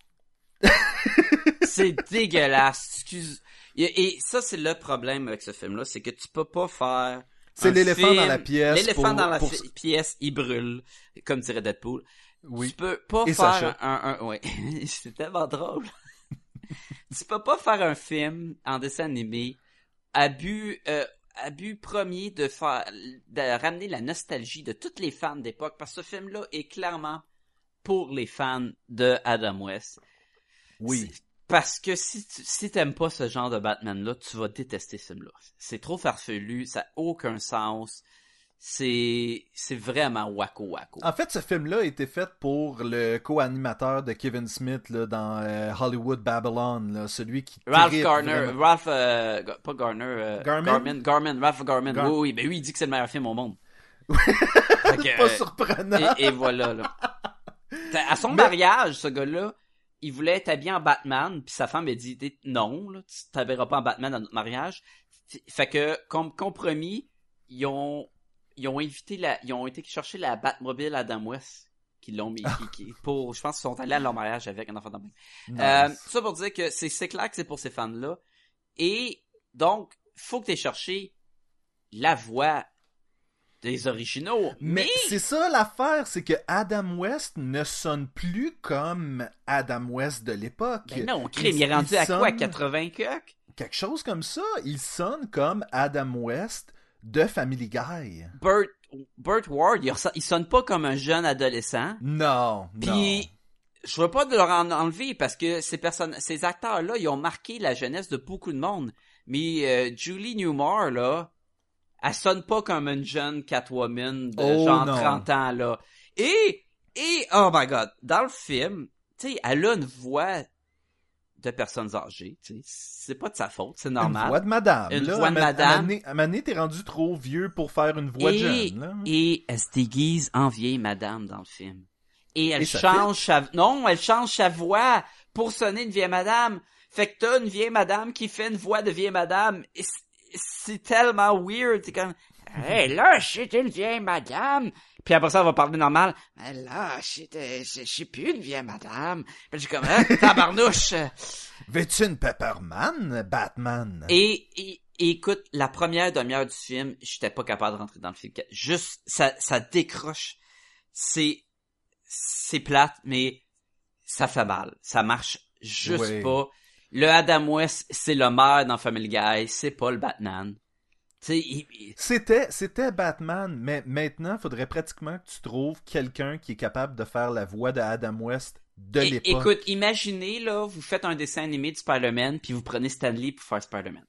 C'est dégueulasse. Excuse. Et ça, c'est le problème avec ce film-là, c'est que tu peux pas faire... C'est l'éléphant dans la pièce. L'éléphant dans la pièce, il brûle, comme dirait Deadpool. Oui. Tu peux pas Et faire ouais. C'est tellement drôle. Tu peux pas faire un film en dessin animé à but premier de ramener la nostalgie de toutes les fans d'époque, parce que ce film-là est clairement pour les fans de Adam West. Oui. Parce que si t'aimes pas ce genre de Batman-là, tu vas détester ce film-là. C'est trop farfelu, ça a aucun sens. C'est vraiment wacko. En fait, ce film-là a été fait pour le co-animateur de Kevin Smith là, dans Hollywood Babylon, là, celui qui Ralph trippe Garner, vraiment. pas Garner, Garmin? Ralph Garman. Oui, ben lui, il dit que c'est le meilleur film au monde. C'est pas surprenant. Et voilà, là. À son mariage, ce gars-là, il voulait être habillé en Batman, puis sa femme a dit non, là, tu t'habilleras pas en Batman à notre mariage. Fait que, comme compromis, ils ont été chercher la Batmobile Adam West, qui l'ont mis, je pense qu'ils sont allés à leur mariage avec un enfant d'homme. Tout ça pour dire que c'est clair que c'est pour ces fans-là. Et donc, faut que t'aies cherché la voix des originaux. Mais c'est ça l'affaire, c'est que Adam West ne sonne plus comme Adam West de l'époque. Ben non, crime, il est rendu à quoi, 80 cucs? Quelque chose comme ça. Il sonne comme Adam West de Family Guy. Burt Ward, il sonne pas comme un jeune adolescent. Non. Puis, je veux pas de leur en enlever parce que ces acteurs-là, ils ont marqué la jeunesse de beaucoup de monde. Mais Julie Newmar, là, elle sonne pas comme une jeune Catwoman de 30 ans, là. Et, oh my god, dans le film, tu sais, elle a une voix de personnes âgées, tu sais. C'est pas de sa faute, c'est normal. Une voix de madame. Une là, voix de madame. À un moment donné, t'es rendu trop vieux pour faire une voix de jeune, là. Et elle se déguise en vieille madame dans le film. Et elle change elle change sa voix pour sonner une vieille madame. Fait que t'as une vieille madame qui fait une voix de vieille madame. Et c'est tellement weird. C'est comme, hey, là, je suis une vieille madame. Puis après ça, elle va parler normal. Mais là, je suis plus une vieille madame. Puis je suis comme, tabarnouche. Veux-tu une Pepperman, Batman? Et écoute, la première demi-heure du film, j'étais pas capable de rentrer dans le film. Juste, ça décroche. C'est plate, mais ça fait mal. Ça marche juste pas. Le Adam West, c'est le maire dans Family Guy, c'est pas le Batman. C'était Batman, mais maintenant, il faudrait pratiquement que tu trouves quelqu'un qui est capable de faire la voix de Adam West de l'époque. Écoute, imaginez, là, vous faites un dessin animé de Spider-Man, puis vous prenez Stan Lee pour faire Spider-Man.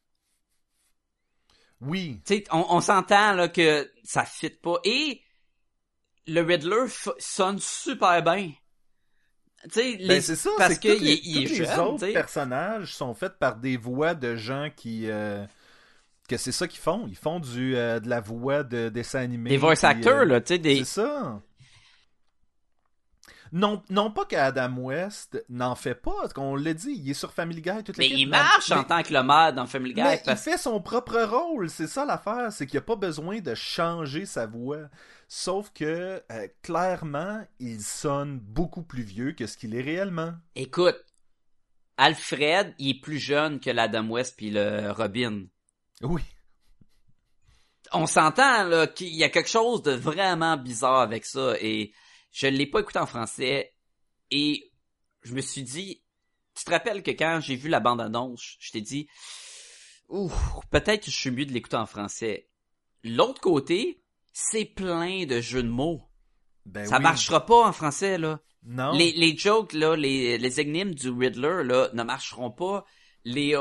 Oui. Tu sais, on s'entend, là, que ça fit pas. Et le Riddler sonne super bien. C'est ça, parce que tous les jeune, autres personnages sont faits par des voix de gens qui que c'est ça qu'ils font. Ils font de la voix de dessin animé. Des voice actors, là, tu sais, C'est ça. Non pas qu'Adam West n'en fait pas, parce qu'on l'a dit, il est sur Family Guy toute Mais l'équipe. il marche en tant que le maire dans Family Guy. Mais parce... il fait son propre rôle, c'est ça l'affaire, c'est qu'il n'y a pas besoin de changer sa voix. Sauf que, clairement, il sonne beaucoup plus vieux que ce qu'il est réellement. Écoute, Alfred, il est plus jeune que l'Adam West puis le Robin. Oui. On s'entend là qu'il y a quelque chose de vraiment bizarre avec ça et je l'ai pas écouté en français et je me suis dit, tu te rappelles que quand j'ai vu la bande-annonce, je t'ai dit, ouh, peut-être que je suis mieux de l'écouter en français. L'autre côté, c'est plein de jeux de mots. Ben Ça oui. marchera pas en français là. Non. Les jokes là, les énigmes du Riddler là ne marcheront pas. Les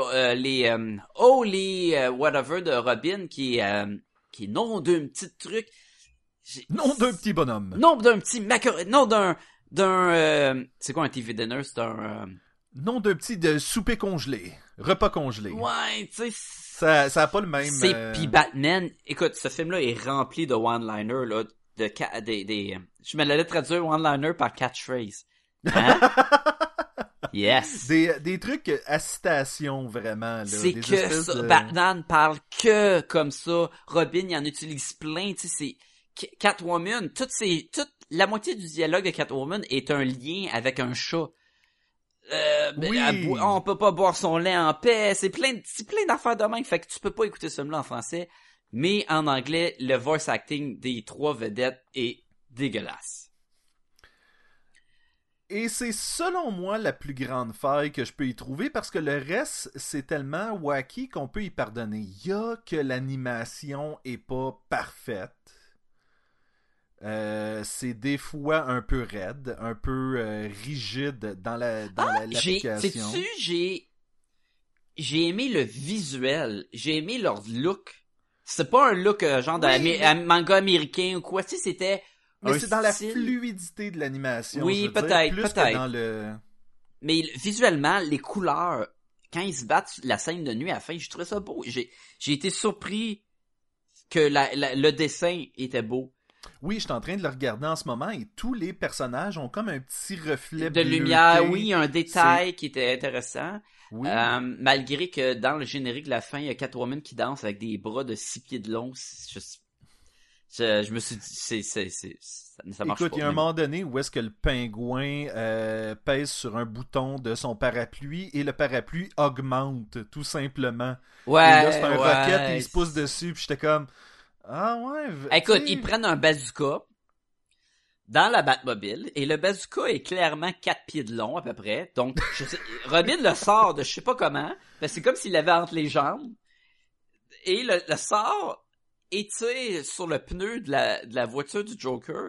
whatever de Robin qui est nom d'un petit truc. Nom d'un petit bonhomme. Nom d'un petit macaroni. Nom d'un c'est quoi un TV dinner? C'est un Nom d'un petit de souper congelé. Repas congelé. ouais, tu sais. Ça a pas le même... C'est puis Batman. Écoute, ce film-là est rempli de one-liners là, je me l'allais traduire one-liner par catchphrase. Hein? Yes. Des trucs à citation, vraiment. Là. C'est Des que espèces ça. de- Batman parle que comme ça. Robin, il en utilise plein. Tu sais, c'est Catwoman. La moitié du dialogue de Catwoman est un lien avec un chat. Oui. On peut pas boire son lait en paix. C'est plein d'affaires de même. Fait que tu peux pas écouter ce film-là en français. Mais en anglais, le voice acting des trois vedettes est dégueulasse. Et c'est selon moi la plus grande faille que je peux y trouver parce que le reste, c'est tellement wacky qu'on peut y pardonner. Il y a que l'animation est pas parfaite. C'est des fois un peu raide, un peu rigide dans l'application. J'ai aimé le visuel. J'ai aimé leur look. C'est pas un look genre de manga américain ou quoi. Tu sais, c'était Mais un c'est dans la style. fluidité de l'animation. Oui, je veux dire, peut-être, plus peut-être. que dans le... Mais visuellement, les couleurs, quand ils se battent la scène de nuit à la fin, j'ai trouvé ça beau. J'ai été surpris que le dessin était beau. Oui, je suis en train de le regarder en ce moment et tous les personnages ont comme un petit reflet De bleuté. lumière, oui, un détail qui était intéressant. Oui. Malgré que dans le générique de la fin, il y a Catwoman qui danse avec des bras de 6 pieds de long. Je me suis dit, ça marche Écoute, pas. il y a un moment donné où est-ce que le pingouin pèse sur un bouton de son parapluie et le parapluie augmente, tout simplement. Ouais, et là, c'est un ouais. rocket et il se pousse dessus, puis j'étais comme... Ah ouais... Écoute, tu sais, ils prennent un bazooka dans la Batmobile et le bazooka est clairement 4 pieds de long à peu près. Donc, Robin le sort de je sais pas comment, parce que c'est comme s'il l'avait entre les jambes. Et le sort est tiré sur le pneu de la voiture du Joker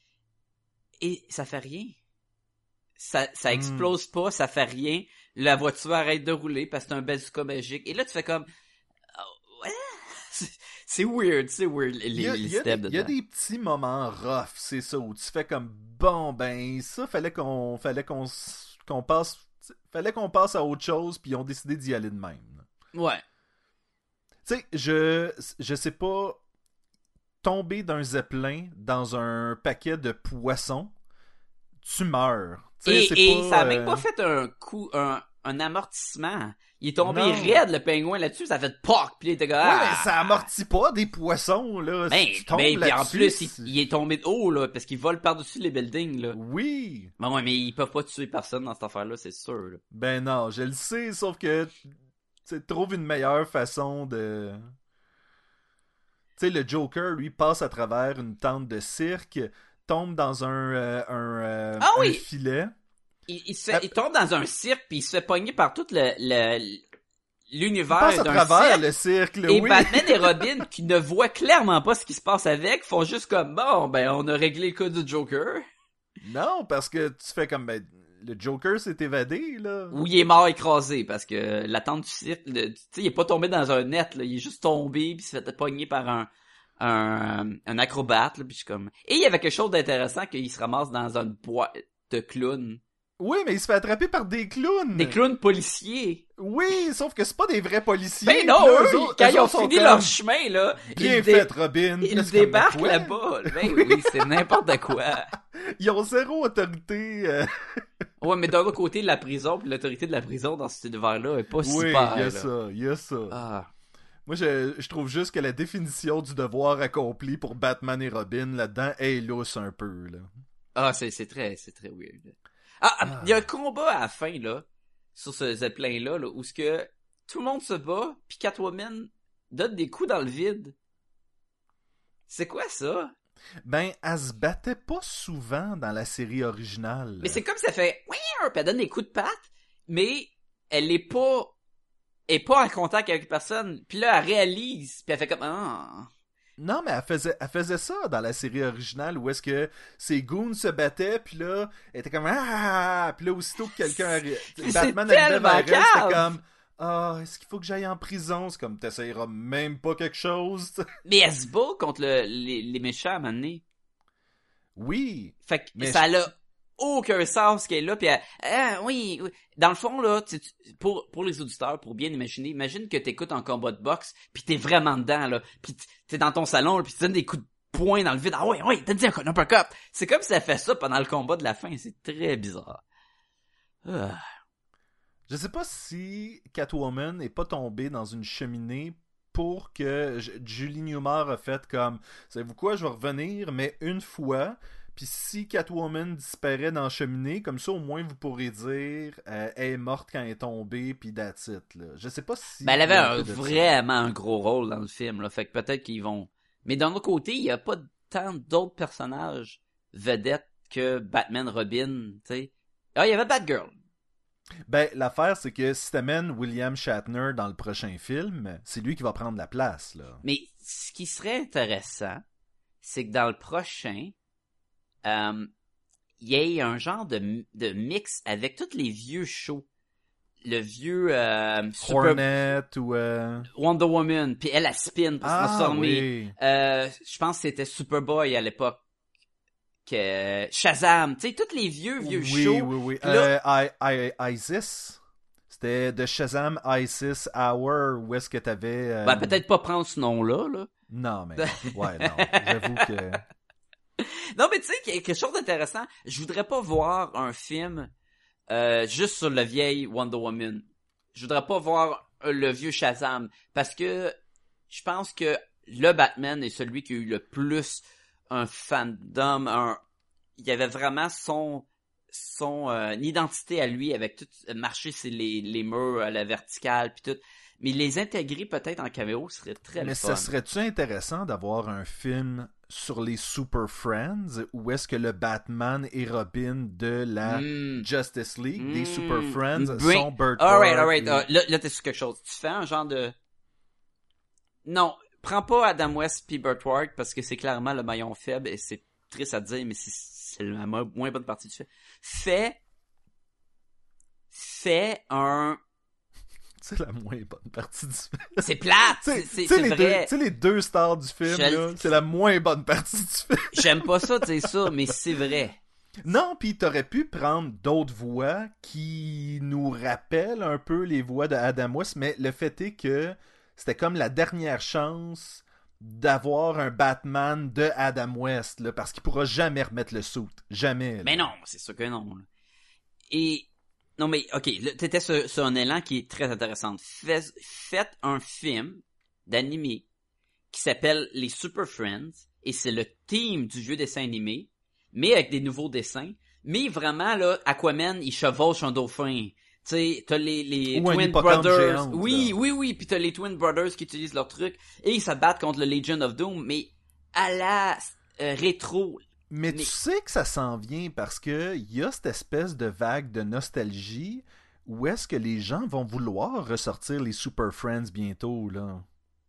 et ça fait rien. Ça explose pas, ça fait rien. La voiture arrête de rouler parce que c'est un bazooka magique. Et là, tu fais comme... Oh, ouais. C'est weird, les steps dedans. Il y a des petits moments rough, c'est ça, où tu fais comme, bon, ben, ça, fallait qu'on passe à autre chose, puis ils ont décidé d'y aller de même. Ouais. Tu sais, je sais pas, tomber d'un zeppelin dans un paquet de poissons, tu meurs. T'sais, Et pas, ça a même pas fait un coup, un amortissement. Il est tombé Non. raide, le pingouin, là-dessus, ça a fait POC, pis il était comme, Ouais, mais ça amortit pas des poissons, là. Ben, Si tu tombes puis en là-dessus, plus, il est tombé de haut, là, parce qu'il vole par-dessus les buildings, là. Oui. Ben ouais, mais ils peuvent pas tuer personne dans cette affaire-là, c'est sûr, là. Ben non, je le sais, sauf que tu trouves une meilleure façon de... Tu sais, le Joker, lui, passe à travers une tente de cirque, tombe dans un oui! filet. Il tombe dans un cirque, puis il se fait pogner par tout Il l'univers passe à d'un travers cirque. le cirque, là, Et oui. Batman et Robin, qui ne voient clairement pas ce qui se passe avec, font juste comme, bon, ben, on a réglé le cas du Joker. Non, parce que tu fais comme... Ben, le Joker s'est évadé, là. Ou il est mort écrasé, parce que la tente du cirque, tu sais, il est pas tombé dans un net, là, il est juste tombé, puis il s'est fait pogner par un acrobate, là, puis je suis comme... Et il y avait quelque chose d'intéressant qu'il se ramasse dans une boîte de clown. Oui, mais il se fait attraper par des clowns. Des clowns policiers. Oui, sauf que c'est pas des vrais policiers. Ben non, Puis là, eux, quand eux ils ont autres sont fini comme, leur chemin, là, Bien ils, fait, Robin. ils Là, c'est comme, débarquent quoi? là-bas. Ben oui, c'est n'importe quoi. Ils ont zéro autorité. Ouais, mais d'un autre côté, la prison, puis l'autorité de la prison dans cet univers-là est pas Oui, super. il y a là. ça, il y a ça. Ah. Moi, je trouve juste que la définition du devoir accompli pour Batman et Robin là-dedans est lousse un peu, là. Ah, c'est très weird. Ah, il y a un combat à la fin, là, sur ce zeppelin-là, là, où ce que tout le monde se bat, puis Catwoman donne des coups dans le vide. C'est quoi ça? Ben, elle se battait pas souvent dans la série originale. Mais c'est comme ça fait, puis elle donne des coups de patte, mais elle est pas en contact avec personne. Puis là, elle réalise, puis elle fait comme, Non, mais elle faisait ça dans la série originale où est-ce que ses goons se battaient, puis là, elle était comme ah, puis là aussitôt que quelqu'un Batman arrivait vers elle, c'était comme est-ce qu'il faut que j'aille en prison? C'est comme t'essayeras même pas quelque chose. Mais elle se bat contre les méchants à un moment donné. Oui. Fait que mais ça l'a aucun sens qu'elle est là, puis oui. Dans le fond, là, pour les auditeurs, pour bien imaginer, imagine que t'écoutes un combat de boxe, puis t'es vraiment dedans, là, puis t'es dans ton salon, puis tu donnes des coups de poing dans le vide. Ah oui, t'as dit un uppercut. C'est comme si elle fait ça pendant le combat de la fin, c'est très bizarre. Je sais pas si Catwoman est pas tombée dans une cheminée pour que Julie Newmar a fait comme savez-vous quoi, je vais revenir, mais une fois. Puis si Catwoman disparaît dans la cheminée, comme ça au moins vous pourrez dire elle est morte quand elle est tombée, puis that's it, là. Je sais pas si... Ben, elle avait vraiment un gros rôle dans le film, là, fait que peut-être qu'ils vont... Mais d'un autre côté, il y a pas tant d'autres personnages vedettes que Batman, Robin, tu sais. Ah, il y avait Batgirl. Ben, l'affaire, c'est que si t'amènes William Shatner dans le prochain film, c'est lui qui va prendre la place, là. Mais ce qui serait intéressant, c'est que dans le prochain... il y ait un genre de mix avec tous les vieux shows. Le vieux Hornet ou... Wonder Woman, puis elle spin pour se transformer. Oui. Je pense que c'était Superboy à l'époque. Shazam, tu sais, tous les vieux shows. Oui. Là... Isis. C'était de Shazam Isis Hour, où est-ce que t'avais... Ben, peut-être pas prendre ce nom-là, là. Non, mais... Ouais, non. J'avoue que... Non, mais tu sais, quelque chose d'intéressant. Je voudrais pas voir un film juste sur le vieil Wonder Woman. Je voudrais pas voir le vieux Shazam. Parce que je pense que le Batman est celui qui a eu le plus un fandom. Il y avait vraiment son identité à lui, avec tout marcher sur les murs à la verticale puis tout. Mais les intégrer peut-être en caméo serait très le fun. Mais ça serait-tu intéressant d'avoir un film sur les Super Friends où est-ce que le Batman et Robin de la Justice League, des Super Friends, sont Burt Alright. Là, t'es sur quelque chose. Tu fais un genre de... Non, prends pas Adam West pis Burt Ward parce que c'est clairement le maillon faible et c'est triste à dire, mais c'est la moins bonne partie du film. Fais un... C'est la moins bonne partie du film. C'est plate! C'est vrai. Tu sais, les deux stars du film, là, c'est la moins bonne partie du film. J'aime pas ça, tu sais ça, mais c'est vrai. Non, pis t'aurais pu prendre d'autres voix qui nous rappellent un peu les voix de Adam West, mais le fait est que c'était comme la dernière chance d'avoir un Batman de Adam West, là, parce qu'il pourra jamais remettre le suit. Jamais. Là. Mais non, c'est sûr que non. Là. Et... Non, mais, ok, t'étais sur un élan qui est très intéressant. Faites un film d'animé qui s'appelle Les Super Friends, et c'est le team du vieux dessin animé, mais avec des nouveaux dessins. Mais vraiment, là, Aquaman, il chevauche un dauphin. Tu sais, t'as les Twin Brothers. Géante, oui, puis t'as les Twin Brothers qui utilisent leur truc, et ils se battent contre le Legion of Doom, mais à la rétro. Mais tu sais que ça s'en vient parce que y a cette espèce de vague de nostalgie où est-ce que les gens vont vouloir ressortir les Super Friends bientôt, là.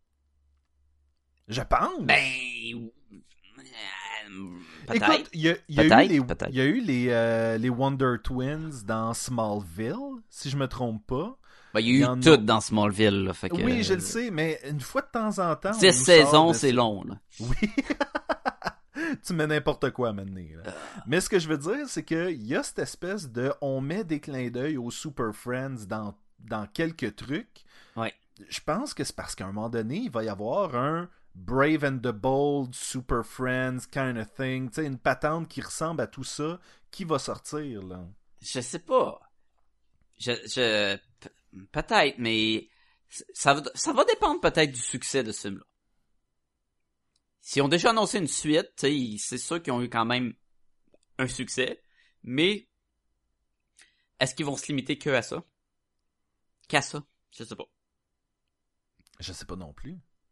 Je pense. Ben... peut-être. Écoute, il y a eu les Wonder Twins dans Smallville, si je me trompe pas. Ben, il y a eu tout dans Smallville, là, fait que... Oui, je le sais, mais une fois de temps en temps... 6 saisons, c'est long, là. Oui. Tu mets n'importe quoi à mener. Là. Mais ce que je veux dire, c'est qu'il y a cette espèce de... On met des clins d'œil aux Super Friends dans quelques trucs. Ouais. Je pense que c'est parce qu'à un moment donné, il va y avoir un Brave and the Bold, Super Friends kind of thing. Tu sais, une patente qui ressemble à tout ça qui va sortir, là. Je sais pas. Peut-être, mais ça va dépendre peut-être du succès de ce film-là. S'ils ont déjà annoncé une suite, c'est sûr qu'ils ont eu quand même un succès, mais est-ce qu'ils vont se limiter que à ça? Qu'à ça? Je sais pas. Je sais pas non plus.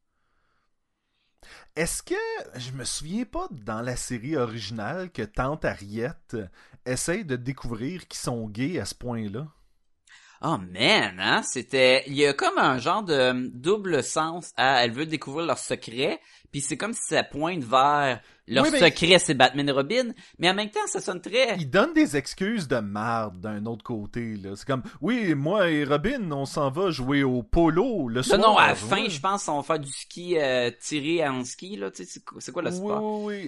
Est-ce que... Je me souviens pas dans la série originale que Tante Harriet essaye de découvrir qu'ils sont gays à ce point-là? Oh man, hein, il y a comme un genre de double sens à elle veut découvrir leur secret, puis c'est comme si ça pointe vers leur secret, c'est Batman et Robin, mais en même temps, ça sonne très... Il donne des excuses de marde d'un autre côté, là. C'est comme, oui, moi et Robin, on s'en va jouer au polo le soir. Non, à la fin, je pense, on va faire du ski tiré en ski, là, tu sais, c'est quoi le sport? Oui.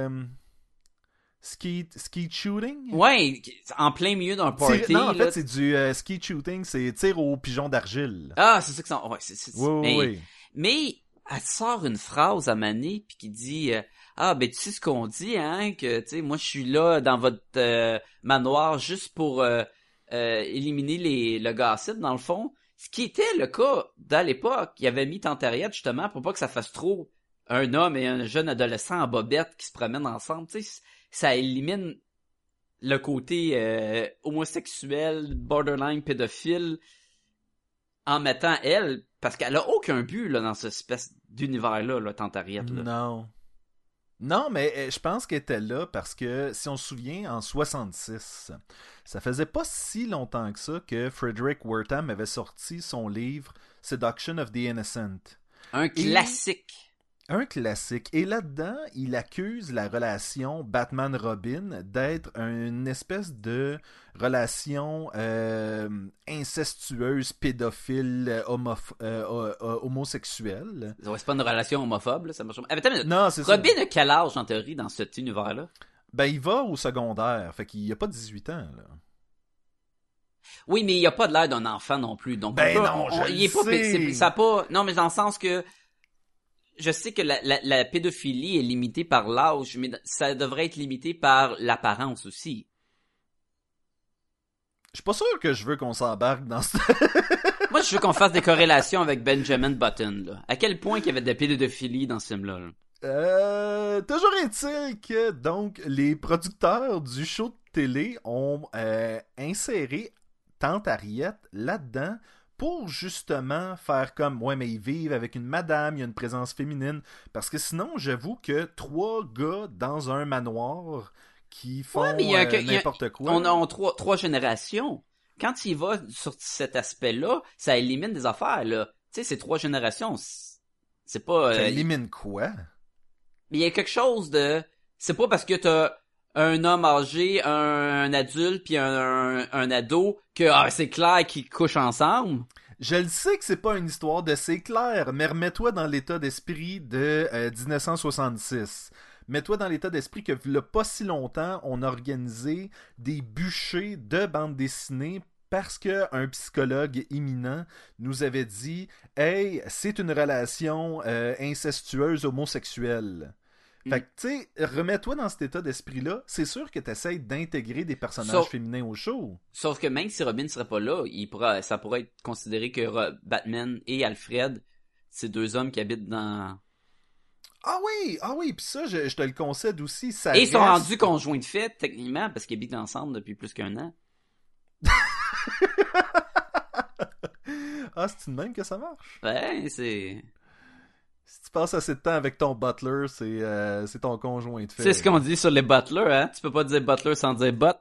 Ski shooting? Ouais, en plein milieu d'un party. Non, en là, fait, c'est du ski shooting, c'est tir au pigeon d'argile. Ah, c'est ça que ça... Ouais, Oui. Mais elle sort une phrase à Mané puis qui dit ah ben tu sais ce qu'on dit hein que tu sais moi je suis là dans votre manoir juste pour éliminer le gossip dans le fond, ce qui était le cas dans l'époque. Il avait mis Tante Harriet justement pour pas que ça fasse trop un homme et un jeune adolescent en bobette qui se promènent ensemble, tu sais, ça élimine le côté homosexuel, borderline pédophile en mettant elle, parce qu'elle a aucun but là dans cette espèce d'univers-là, là, Tante Harriet. Là. Non, mais je pense qu'elle était là parce que, si on se souvient, en 66, ça faisait pas si longtemps que ça que Frederick Wertham avait sorti son livre Seduction of the Innocent. Un classique. Un classique. Et là-dedans, il accuse la relation Batman-Robin d'être une espèce de relation incestueuse, pédophile, homosexuelle. Ouais, c'est pas une relation homophobe, là, ça marche. Non, c'est Robin a quel âge, en théorie, dans cet univers-là? Ben, il va au secondaire, fait qu'il a pas 18 ans, là. Oui, mais il a pas de l'air d'un enfant non plus, donc... Ben non, il est pas... Ça pas... Non, mais dans le sens que... Je sais que la pédophilie est limitée par l'âge, mais ça devrait être limité par l'apparence aussi. Je suis pas sûr que je veux qu'on s'embarque dans ce... Moi, je veux qu'on fasse des corrélations avec Benjamin Button, là. À quel point il y avait de la pédophilie dans ce film-là, là? Toujours est-il que, donc, les producteurs du show de télé ont inséré Tante Harriet là-dedans pour justement faire comme, ouais, mais ils vivent avec une madame, il y a une présence féminine. Parce que sinon, j'avoue que 3 gars dans un manoir qui font n'importe quoi. On a trois générations. Quand il va sur cet aspect-là, ça élimine des affaires, là. Tu sais, ces 3 générations, c'est pas... Ça élimine quoi? Mais il y a quelque chose de... C'est pas parce que t'as un homme âgé, un adulte, puis un ado, que c'est clair qu'ils couchent ensemble. Je le sais que c'est pas une histoire de c'est clair, mais remets-toi dans l'état d'esprit de 1966. Mets-toi dans l'état d'esprit que, il y a pas si longtemps, on a organisé des bûchers de bande dessinée parce qu'un psychologue éminent nous avait dit « Hey, c'est une relation incestueuse homosexuelle. » Fait que, tu sais, remets-toi dans cet état d'esprit-là. C'est sûr que t'essayes d'intégrer des personnages féminins au show. Sauf que même si Robin serait pas là, ça pourrait être considéré que Batman et Alfred, c'est 2 hommes qui habitent dans... Ah oui, pis ça, je te le concède aussi. Ça et ils sont rendus conjoints de fait, techniquement, parce qu'ils habitent ensemble depuis plus qu'1 an. Ah, c'est une même que ça marche? Ouais, c'est... Si tu passes assez de temps avec ton butler, c'est ton conjoint de fait. C'est ce qu'on dit sur les butlers, hein? Tu peux pas dire butler sans dire butt.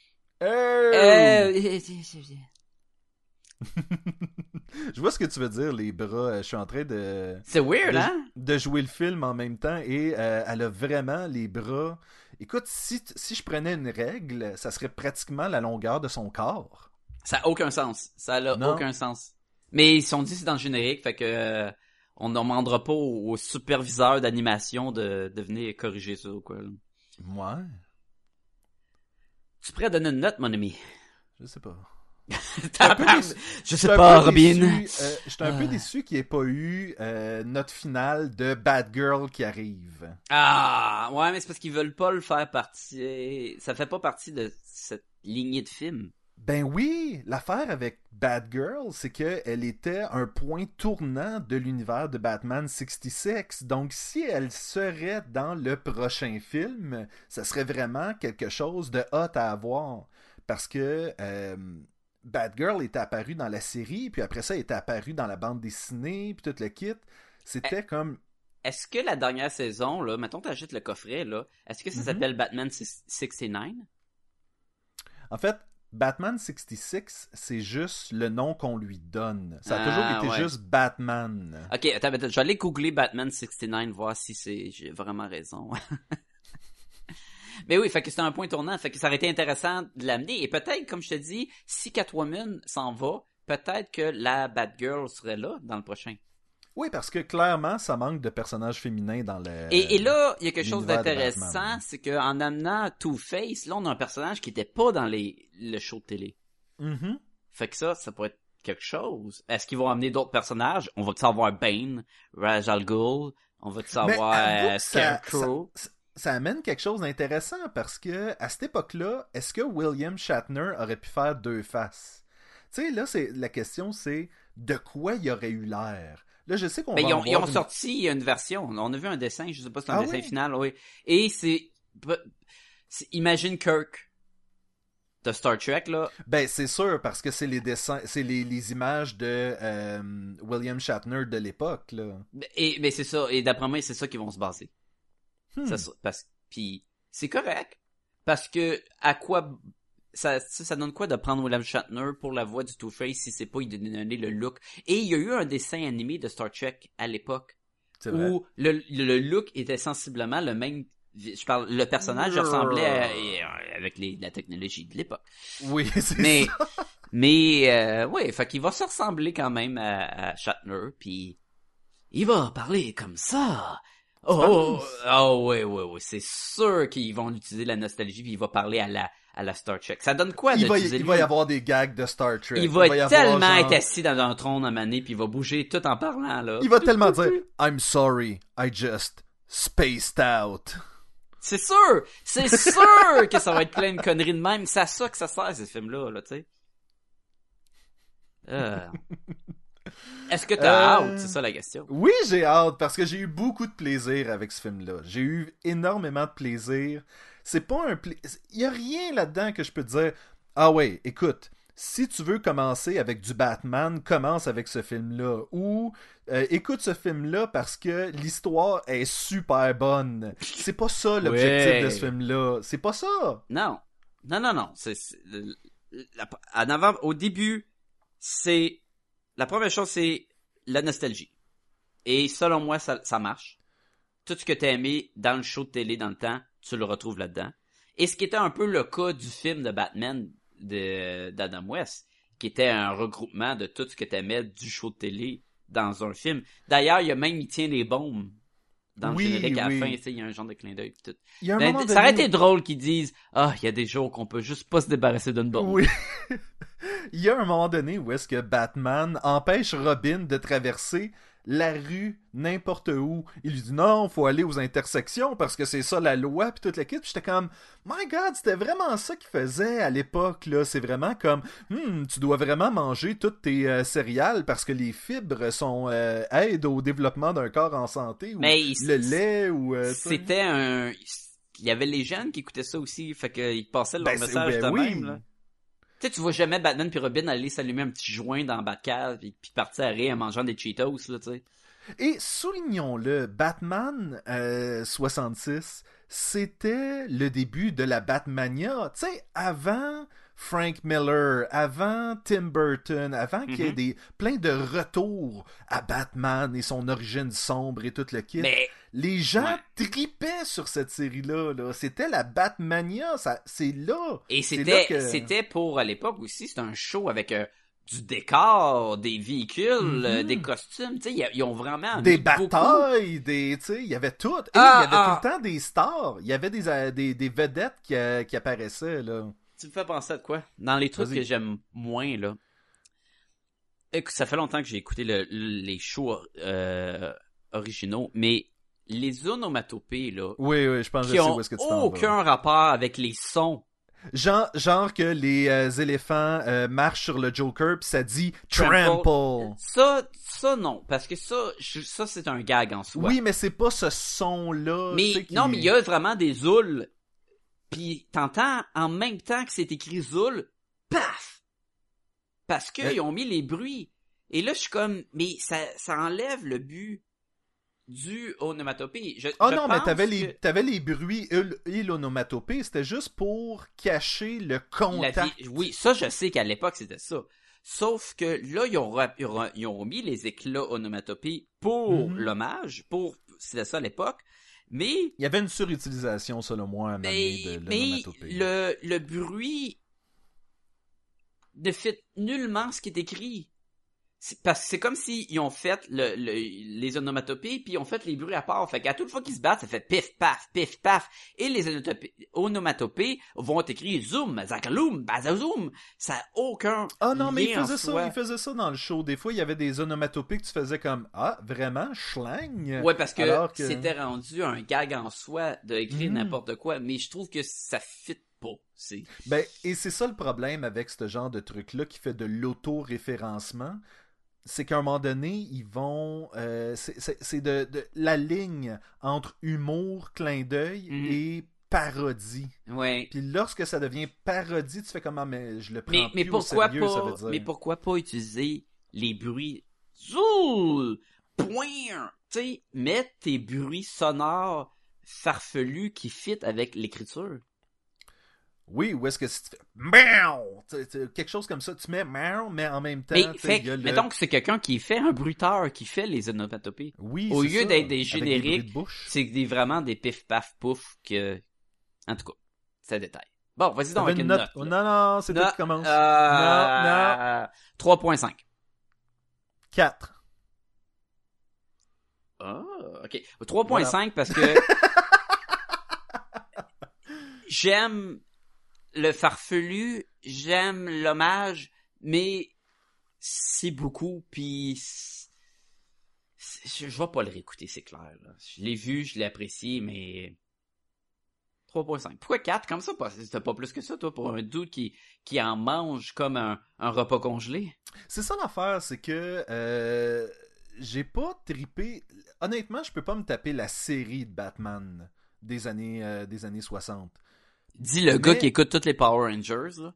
Je vois ce que tu veux dire, les bras. Je suis en train de... C'est weird, hein? De jouer le film en même temps et elle a vraiment les bras... Écoute, si je prenais une règle, ça serait pratiquement la longueur de son corps. Ça a aucun sens. Ça a aucun sens. Mais ils se sont dit c'est dans le générique, fait que... on ne demandera pas au superviseur d'animation de venir corriger ça ou quoi. Là. Ouais. Tu pourrais donner une note, mon ami? Je sais pas. Je sais pas, Robin. J'étais un peu déçu qu'il n'y ait pas eu notre finale de Batgirl qui arrive. Ah, ouais, mais c'est parce qu'ils veulent pas le faire partie. Ça fait pas partie de cette lignée de films. Ben oui, l'affaire avec Batgirl, c'est qu'elle était un point tournant de l'univers de Batman 66. Donc si elle serait dans le prochain film, ça serait vraiment quelque chose de hot à avoir. Parce que Batgirl était apparue dans la série, puis après ça, elle était apparue dans la bande dessinée, puis tout le kit. C'était comme... Est-ce que la dernière saison, là, mettons t'achètes le coffret, là, est-ce que ça s'appelle Batman 69? En fait, Batman 66, c'est juste le nom qu'on lui donne. Ça a toujours été juste Batman. Ok, attends, je vais aller googler Batman 69, voir si j'ai vraiment raison. Mais oui, fait que c'est un point tournant, fait que ça aurait été intéressant de l'amener. Et peut-être, comme je te dis, si Catwoman s'en va, peut-être que la Batgirl serait là dans le prochain. Oui, parce que clairement, ça manque de personnages féminins dans le... Et là, il y a quelque chose d'intéressant, c'est qu'en amenant Two-Face, là, on a un personnage qui était pas dans le show de télé. Mm-hmm. Fait que ça pourrait être quelque chose. Est-ce qu'ils vont amener d'autres personnages? On va-tu savoir Bane, Ra's al Ghul? On va-tu savoir Scarecrow? Ça amène quelque chose d'intéressant parce que à cette époque-là, est-ce que William Shatner aurait pu faire deux faces? Tu sais, là, la question, c'est de quoi il aurait eu l'air? Là, je sais qu'on ils ont sorti une version. On a vu un dessin, je sais pas si c'est un dessin final, oui. Et c'est imagine Kirk de Star Trek, là. Ben, c'est sûr, parce que c'est les dessins, c'est les images de William Shatner de l'époque, là. Mais c'est ça, et d'après moi, c'est ça qu'ils vont se baser. Puis c'est correct. Parce que, à quoi... Ça donne quoi de prendre William Shatner pour la voix du Two-Face si c'est pas il donner le look? Et il y a eu un dessin animé de Star Trek à l'époque où le look était sensiblement le même. Le personnage ressemblait avec la technologie de l'époque. Oui, c'est ça. Mais ouais, fait qu'il va se ressembler quand même à Shatner, puis il va parler comme ça. Ouais, c'est sûr qu'ils vont utiliser la nostalgie puis il va parler à la Star Trek. Ça donne quoi il va y avoir des gags de Star Trek. Il va tellement être assis dans un trône à maner puis il va bouger tout en parlant là. Il va tellement dire I'm sorry, I just spaced out. C'est sûr que ça va être plein de conneries de même. C'est à ça que ça sert ces films-là, là, tu sais. Est-ce que t'as hâte? C'est ça la question. Oui, j'ai hâte parce que j'ai eu beaucoup de plaisir avec ce film-là. J'ai eu énormément de plaisir. C'est pas un il y a rien là-dedans que je peux te dire ah ouais, écoute, si tu veux commencer avec du Batman, commence avec ce film-là ou écoute ce film-là parce que l'histoire est super bonne. C'est pas ça l'objectif de ce film-là. C'est pas ça. Non. En avant, au début, c'est la première chose, c'est la nostalgie. Et selon moi, ça marche. Tout ce que t'as aimé dans le show de télé dans le temps, tu le retrouves là-dedans. Et ce qui était un peu le cas du film de Batman d'Adam West, qui était un regroupement de tout ce que t'aimais du show de télé dans un film. D'ailleurs, il tient les bombes dans le générique à la fin, il y a un genre de clin d'œil tout. Ça aurait été drôle qu'ils disent il y a des jours qu'on peut juste pas se débarrasser d'une bombe. Oui. Il y a un moment donné où est-ce que Batman empêche Robin de traverser la rue n'importe où. Il lui dit non, faut aller aux intersections parce que c'est ça la loi puis toute l'équipe. J'étais comme my God, c'était vraiment ça qu'il faisait à l'époque là. C'est vraiment comme tu dois vraiment manger toutes tes céréales parce que les fibres sont aident au développement d'un corps en santé ou le lait ou c'était il y avait les jeunes qui écoutaient ça aussi, fait qu'ils passaient leur message de même là. Tu vois jamais Batman puis Robin aller s'allumer un petit joint dans Batcave puis partir à rire en mangeant des Cheetos, là, tu sais. Et soulignons-le, Batman 66, c'était le début de la Batmania. Tu sais, avant Frank Miller, avant Tim Burton, avant qu'il y ait plein de retours à Batman et son origine sombre et tout le kit. Mais... Les gens tripaient sur cette série-là. Là. C'était la Batmania. C'est là. Et c'était pour, à l'époque aussi, c'était un show avec du décor, des véhicules, des costumes, tu sais, ils ont vraiment des mis beaucoup. batailles, tu sais, il y avait tout. Et il y avait tout le temps des stars. Il y avait des vedettes qui apparaissaient, là. Tu me fais penser à de quoi? Dans les trucs Vas-y. que j'aime moins, là. Écoute, ça fait longtemps que j'ai écouté les shows originaux, mais les onomatopées, là, Oui, je pense que qui je sais ont où est-ce que tu t'en vas. aucun rapport avec les sons. Genre que les éléphants marchent sur le Joker pis ça dit Trample. trample. Ça non, parce que ça c'est un gag en soi. Oui, mais c'est pas ce son-là. Mais tu sais, qui non, est- mais il y a vraiment des zouls. Puis t'entends en même temps que c'est écrit zoul, paf! Parce que Mais- ils ont mis les bruits. Et là, je suis comme, mais ça enlève le but du onomatopée. Oh je non, mais pense t'avais les bruits et l'onomatopée, c'était juste pour cacher le contact. Oui, ça, je sais qu'à l'époque, c'était ça. Sauf que là, ils ont mis les éclats onomatopées pour Mhm. l'hommage, c'était ça à l'époque. Mais, Il y avait une surutilisation, selon moi, à m'amener de mais l'onomatopée. le bruit ne fit nullement ce qui est écrit. Parce que c'est comme s'ils ont fait les onomatopées, puis ils ont fait les bruits à part. Fait qu'à toute fois qu'ils se battent, ça fait pif, paf. Et les onomatopées vont être écrits zoom, zakaloum, bazazoum. Ça n'a aucun Ah non, mais lien en soi. il faisait ça dans le show. Des fois, il y avait des onomatopées que tu faisais comme « Ah, vraiment? Schlang? » Ouais, parce que, Alors que- c'était rendu un gag en soi de écrire Mhm. n'importe quoi, mais je trouve que ça fit pas. Ben, et c'est ça le problème avec ce genre de truc-là qui fait de l'auto-référencement. C'est qu'à un moment donné, ils vont... c'est de la ligne entre humour, clin d'œil Mhm. et parodie. Ouais. Puis lorsque ça devient parodie, tu fais comment, mais je le prends Mais plus au pourquoi sérieux, ça veut pas, dire. mais pourquoi pas utiliser les bruits zoul, point, tu sais, mettre tes bruits sonores farfelus qui fit avec l'écriture. Oui, ou est-ce que si tu fais miaou, quelque chose comme ça, tu mets miaou, mais en même temps, Mais tu sais, fait, il y a le... mettons que c'est quelqu'un qui fait un bruiteur, qui fait les onomatopées. Oui, Au c'est lieu ça, d'être des avec bruits génériques, de bouche. c'est vraiment des pif paf pouf que, en tout cas, c'est un détail. Bon, vas-y donc T'avais avec une une note. note. Oh, là. non, c'est toi Note, qui commence. Non, 3.5. 4. Ah, ok. 3.5 parce que j'aime le farfelu, j'aime l'hommage, mais c'est beaucoup, puis je vais pas le réécouter, c'est clair. Là. Je l'ai vu, je l'ai apprécié, mais 3.5. Pourquoi 4? Comme ça, c'était pas plus que ça, toi, pour un dude qui en mange comme un repas congelé? C'est ça l'affaire, c'est que j'ai pas trippé. Honnêtement, je peux pas me taper la série de Batman des années 60. Dis le gars qui écoute toutes les Power Rangers, là.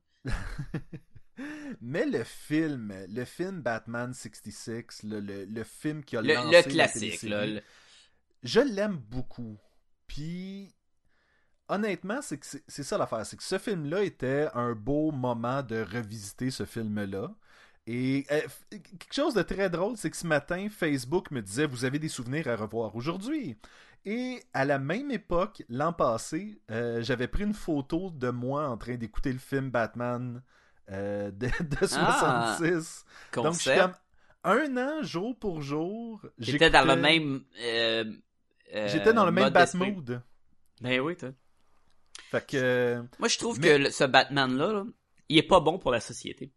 Mais le film Batman 66, le film qui a Le lancé la classique, là. télésérie, je l'aime beaucoup. Puis, honnêtement, c'est ça l'affaire. C'est que ce film-là était un beau moment de revisiter ce film-là. Et quelque chose de très drôle, c'est que ce matin, Facebook me disait « Vous avez des souvenirs à revoir aujourd'hui ». Et à la même époque, l'an passé, j'avais pris une photo de moi en train d'écouter le film Batman de 66. Donc, je suis Concept. comme un an, jour pour jour. J'étais dans le j'écoutais- même. J'étais dans le même mode Bat d'esprit. mood. Ben oui, toi. Fait que... Moi, je trouve Mais- que ce Batman-là, là, il est pas bon pour la société.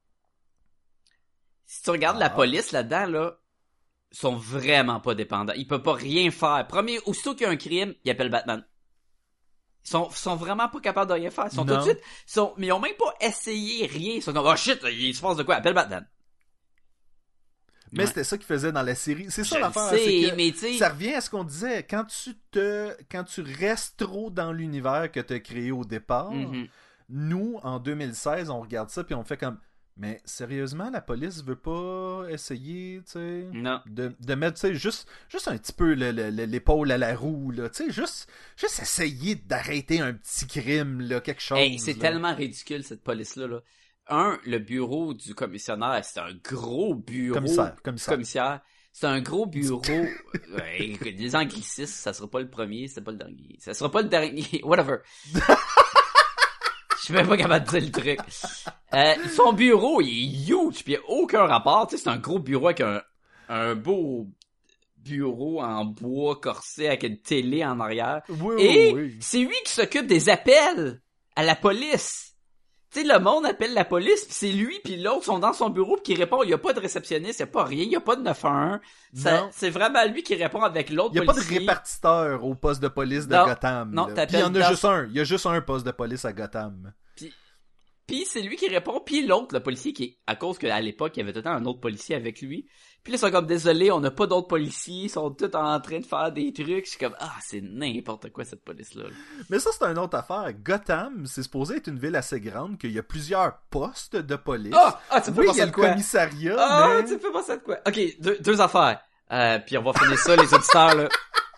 Si tu regardes la Ah. police là-dedans, là, ils sont vraiment pas dépendants. Ils peuvent pas rien faire. Aussitôt qu'il y a un crime, ils appellent Batman. Ils sont vraiment pas capables de rien faire. Ils sont Non. tout de suite, mais ils ont même pas essayé rien. Ils sont comme, oh shit, il se passe de quoi? Appelle Batman. Mais Ouais. c'était ça qu'ils faisaient dans la série. C'est ça Je l'affaire. le sais, C'est que mais tu sais- ça revient à ce qu'on disait. Quand tu restes trop dans l'univers que tu as créé au départ, Mhm. nous, en 2016, on regarde ça puis on fait comme... Mais sérieusement, la police veut pas essayer, tu sais, Non. de mettre, tu sais, juste un petit peu l'épaule à la roue, là, tu sais, juste essayer d'arrêter un petit crime, là, quelque chose. Hey, c'est là. tellement ridicule, cette police-là, là. Le bureau du commissionnaire, c'est un gros bureau. Commissaire. C'est un gros bureau. Ouais, écoute, les anglicismes, ça sera pas le premier, c'est pas le dernier. Ça sera pas le dernier. Whatever. suis même pas capable de dire le truc. Son bureau, il est huge, pis il y a aucun rapport. Tu sais, c'est un gros bureau avec un beau bureau en bois corsé avec une télé en arrière. Oui, Et oui. c'est lui qui s'occupe des appels à la police. Tu sais, le monde appelle la police, pis c'est lui pis l'autre sont dans son bureau pis qui répond. Il y a pas de réceptionniste, il y a pas rien, il y a pas de 911. Non. C'est vraiment lui qui répond avec l'autre Il n'y a pas de policier. répartiteur au poste de police de Non, Gotham. non, là. Puis il y en a t'appelles juste un. Il y a juste un poste de police à Gotham. Puis c'est lui qui répond, puis l'autre, le policier, qui est, à cause qu'à l'époque, il y avait tout le temps un autre policier avec lui. Puis là, ils sont comme, désolé, on n'a pas d'autres policiers, ils sont tous en train de faire des trucs. Je suis comme, c'est n'importe quoi, cette police-là. Mais ça, c'est une autre affaire. Gotham, c'est supposé être une ville assez grande, qu'il y a plusieurs postes de police. Tu me fais Oui, il y penser a de le quoi? commissariat, mais... Tu me fais penser de quoi? Ok, deux affaires. Puis on va finir ça, les auditeurs, là.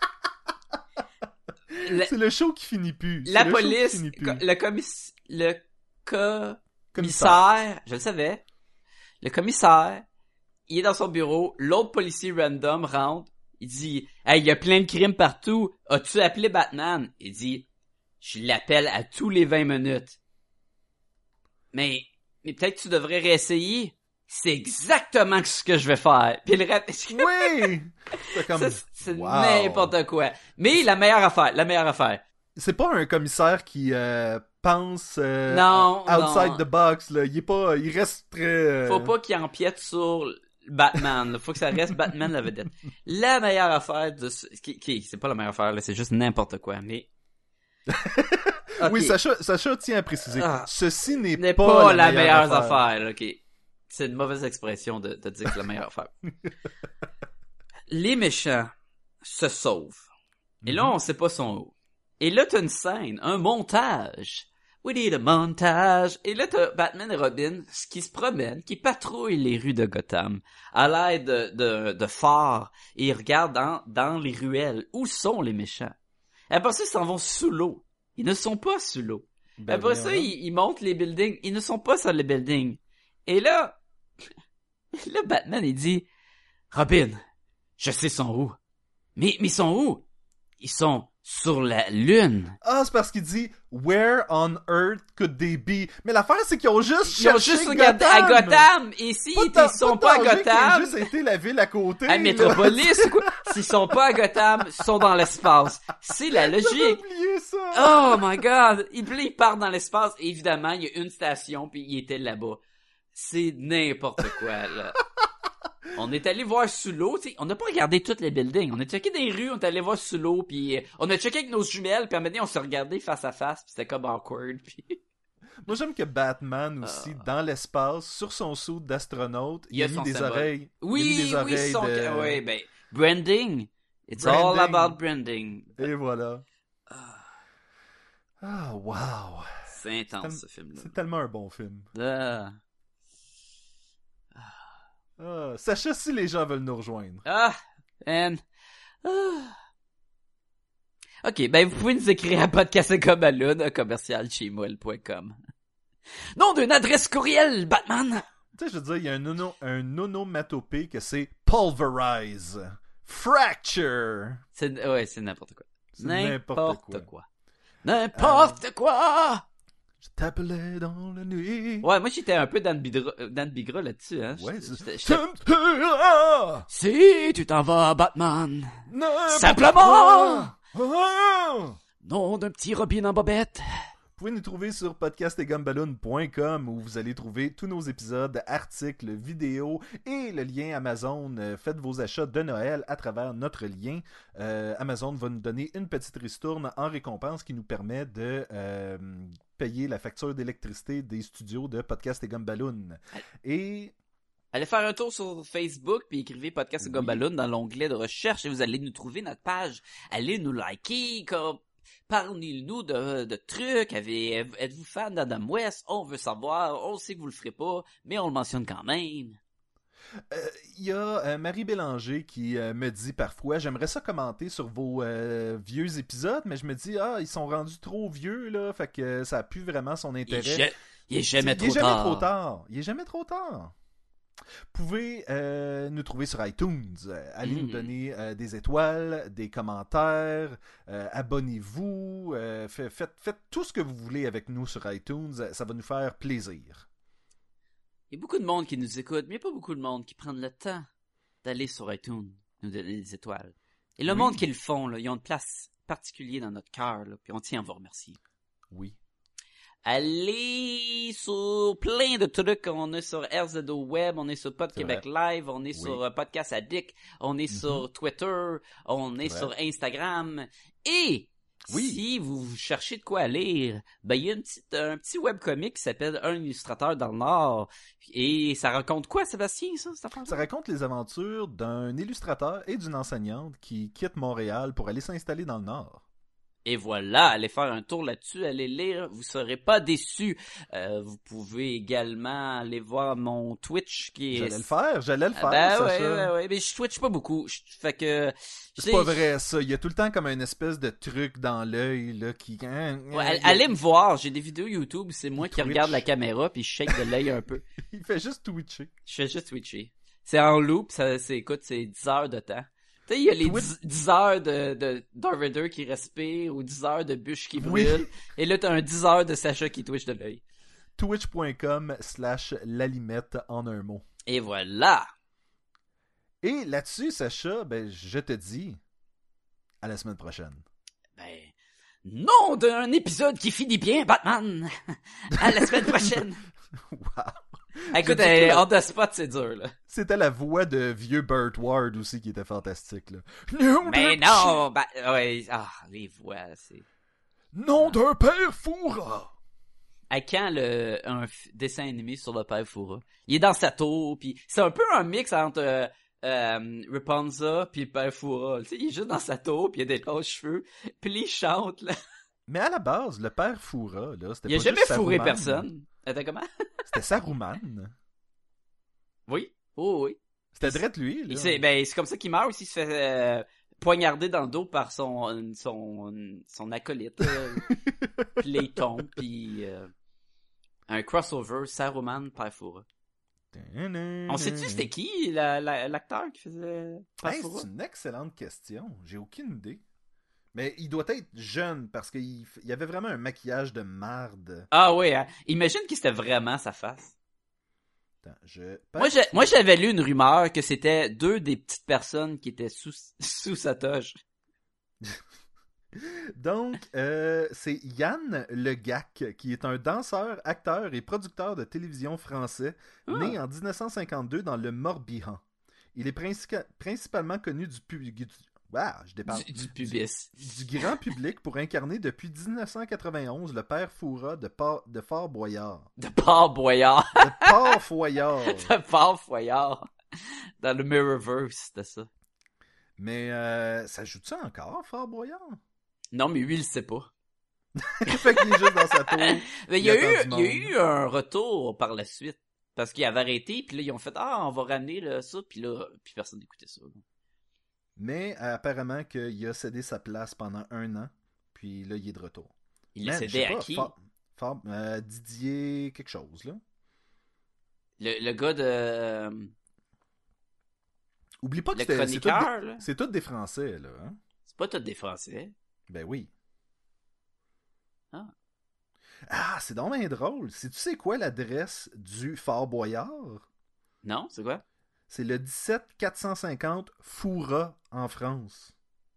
C'est le show qui finit plus. La C'est le show qui police, finit plus. le commissaire, je le savais, le commissaire, il est dans son bureau, l'autre policier random rentre, il dit « Hey, il y a plein de crimes partout, as-tu appelé Batman? » Il dit « Je l'appelle à tous les 20 minutes. » Mais peut-être que tu devrais réessayer. C'est exactement ce que je vais faire. Puis le reste... Oui! C'est comme... c'est wow. n'importe quoi. Mais la meilleure affaire. C'est pas un commissaire qui pense Non, outside non. the box, là. Il reste très... Faut pas qu'il empiète sur Batman. Là. Faut que ça reste Batman la vedette. La meilleure affaire de c'est pas la meilleure affaire, là, c'est juste n'importe quoi, mais... Okay. Oui, Sacha tient à préciser. Ceci n'est pas la meilleure affaire. Là, ok. C'est une mauvaise expression de dire que c'est la meilleure affaire. Les méchants se sauvent. Et là, on sait pas son où. Et là, t'as une scène, un montage. We need a montage. Et là, t'as Batman et Robin qui se promènent, qui patrouillent les rues de Gotham à l'aide de phares et ils regardent dans les ruelles où sont les méchants. Et après ça, ils s'en vont sous l'eau. Ils ne sont pas sous l'eau. Ben après ça, ils montent les buildings. Ils ne sont pas sur les buildings. Et là, Batman, il dit, Robin, je sais sont où. Mais ils sont où? Ils sont sur la Lune. Ah, c'est parce qu'il dit Where on earth could they be? Mais l'affaire, c'est qu'ils ont juste Ils ont cherché juste regardé à Gotham. Et s'ils sont pas à Gotham... Ça a juste été la ville à côté. À Metropolis, quoi. S'ils sont pas à Gotham, ils sont dans l'espace. C'est la J'avais logique. oublié ça. Oh my god. Ils partent dans l'espace. Et évidemment, il y a une station, puis ils étaient là-bas. C'est n'importe quoi, là. On est allé voir sous l'eau, tu sais, on n'a pas regardé toutes les buildings. On a checké des rues, on est allé voir sous l'eau, puis on a checké avec nos jumelles, puis à un moment donné, on s'est regardé face à face, puis c'était comme awkward, puis... Moi, j'aime que Batman aussi, dans l'espace, sur son suit d'astronaute, il a mis son des symbole. oreilles. Oui, il a mis des oreilles de... Oui, ben, branding. It's Branding. all about branding. Et voilà. Ah, wow. C'est intense, ce film-là. C'est tellement un bon film. Sacha, si les gens veulent nous rejoindre. Ok, ben vous pouvez nous écrire à podcastecomballoon@commercialgmail.com. Nom d'une adresse courriel, Batman! Tu sais, je veux dire, il y a un onomatopée que c'est pulverize, fracture. C'est n'importe quoi. C'est n'importe quoi. N'importe quoi! Je t'appelais dans la nuit. Ouais, moi j'étais un peu Dan Bigra là-dessus, hein. Ouais, J'étais- c'est... Si tu t'en vas, Batman. N'importe Simplement! quoi. Nom d'un petit Robin en bobette. Vous pouvez nous trouver sur podcastetgumballoon.com où vous allez trouver tous nos épisodes, articles, vidéos et le lien Amazon. Faites vos achats de Noël à travers notre lien. Amazon va nous donner une petite ristourne en récompense qui nous permet de payer la facture d'électricité des studios de Podcast et Gumballoon. Et... Allez faire un tour sur Facebook puis écrivez Podcast Gumballoon dans l'onglet de recherche et vous allez nous trouver notre page. Allez nous liker, parlez-nous de trucs. Êtes-vous fan d'Adam West? On veut savoir. On sait que vous le ferez pas, mais on le mentionne quand même. Il y a Marie Bélanger qui me dit parfois, j'aimerais ça commenter sur vos vieux épisodes, mais je me dis, ils sont rendus trop vieux, là, fait que ça a plus vraiment son intérêt. Il est jamais trop trop tard. tard. Il est jamais trop tard. Vous pouvez nous trouver sur iTunes. Allez nous donner des étoiles, des commentaires, abonnez-vous, faites tout ce que vous voulez avec nous sur iTunes, ça va nous faire plaisir. Il y a beaucoup de monde qui nous écoute, mais il n'y a pas beaucoup de monde qui prennent le temps d'aller sur iTunes, nous donner des étoiles. Et le monde qui le font, là, ils ont une place particulière dans notre cœur, là, puis on tient à vous remercier. Oui. Allez sur plein de trucs. On est sur RZO Web, on est sur Pod Québec Live, on est sur Podcast Addict, on est sur Twitter, on est sur Instagram. Et si vous cherchez de quoi lire, ben il y a un petit webcomic qui s'appelle Un illustrateur dans le Nord. Et ça raconte quoi, Sébastien, ça? Ça raconte les aventures d'un illustrateur et d'une enseignante qui quittent Montréal pour aller s'installer dans le Nord. Et voilà, allez faire un tour là-dessus, allez lire, vous serez pas déçus. Vous pouvez également aller voir mon Twitch qui est... J'allais le faire, ben Sacha. ouais, mais je Twitch pas beaucoup. Fait que... C'est pas vrai, ça. Il y a tout le temps comme une espèce de truc dans l'œil, là, qui... allez me voir, j'ai des vidéos YouTube, c'est moi qui Twitch. Regarde la caméra puis je shake de l'œil un peu. Il fait juste twitcher. Je fais juste twitcher. C'est en loop, écoute, c'est 10 heures de temps. Tu sais, il y a les 10 heures de Darth Vader qui respire ou 10 heures de bûche qui brûle. Et là, t'as un 10 heures de Sacha qui twitch de l'œil. Twitch.com/lalimette en un mot. Et voilà! Et là-dessus, Sacha, ben, je te dis à la semaine prochaine. Ben, nom d'un épisode qui finit bien, Batman! À la semaine prochaine! Wow! Écoute, on the spot, c'est dur, là. C'était la voix de vieux Burt Ward aussi qui était fantastique, là. Mais non! Les voix, c'est... Nom d'un père Foura! À quand un dessin animé sur le père Foura? Il est dans sa tour, puis c'est un peu un mix entre Rapunzel puis le père Foura. Tu sais, il est juste dans sa tour, puis il a des longs cheveux, puis il chante, là. Mais à la base, le père Foura, là, c'était il a pas jamais juste fourré Saruman. Personne. Attends, comment? C'était Saruman. Oui. Oh, oui. C'était drette lui, là. C'est comme ça qu'il meurt aussi. Il se fait poignarder dans le dos par son acolyte. Puis là, il tombe, puis un crossover, Saruman, Père Foura. On sait-tu c'était qui, l'acteur qui faisait Père Foura? C'est une excellente question. J'ai aucune idée. Mais il doit être jeune, parce qu'il y avait vraiment un maquillage de marde. Ah oui, hein? Imagine que c'était vraiment sa face. Attends, Moi, j'avais lu une rumeur que c'était deux des petites personnes qui étaient sous sa toge. Donc, c'est Yann Le Gac, qui est un danseur, acteur et producteur de télévision français, né en 1952 dans le Morbihan. Il est principalement connu du pubis. Du pubis. Du grand public pour incarner depuis 1991 le père Foura de Fort Boyard. De Port-Boyard. De Port-Foyard. De Port-Foyard. Dans le Mirrorverse, c'était ça. Mais ça joue-tu encore, Fort Boyard? Non, mais lui, il le sait pas. Fait qu'il est juste dans sa tour. Mais il y a eu un retour par la suite. Parce qu'il avait arrêté, puis là, ils ont fait « Ah, on va ramener ça », puis là, personne n'écoutait ça. Mais apparemment qu'il a cédé sa place pendant 1 an, puis là, il est de retour. Il l'a cédé à qui? Didier quelque chose, là. Le gars de... Oublie pas que c'est tous des Français, là. Hein? C'est pas tous des Français. Ben oui. Ah, c'est donc bien drôle. Tu sais quoi l'adresse du Fort Boyard? Non, c'est quoi? C'est le 17450 Foura en France.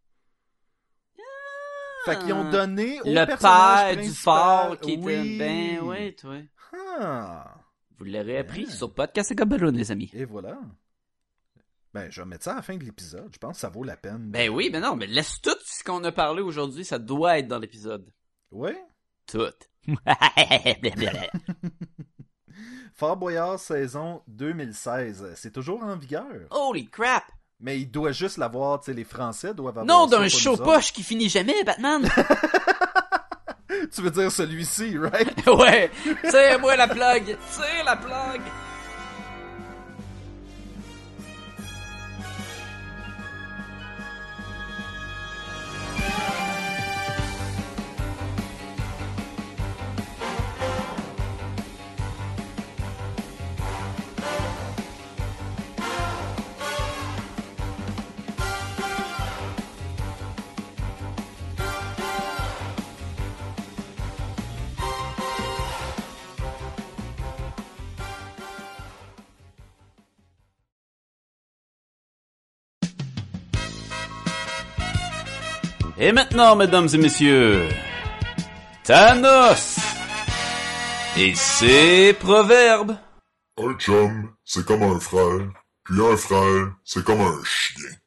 Fait qu'ils ont donné au le personnage père principal... du fort qui oui. était... Ben oui, toi. Vous l'aurez appris sur Podcast et Gabello, les amis. Et voilà. Ben, je vais mettre ça à la fin de l'épisode. Je pense que ça vaut la peine. Ben oui, mais non, mais laisse tout ce qu'on a parlé aujourd'hui, ça doit être dans l'épisode. Oui? Tout. Fort Boyard saison 2016. C'est toujours en vigueur. Holy crap! Mais il doit juste l'avoir, tu sais, les Français doivent avoir. Non, ça, d'un pas show nous autres. poche qui finit jamais, Batman! Tu veux dire celui-ci, right? Ouais! Tire-moi la plug! Tire la plug! Et maintenant, mesdames et messieurs, Thanos et ses proverbes. Un chum, c'est comme un frère, puis un frère, c'est comme un chien.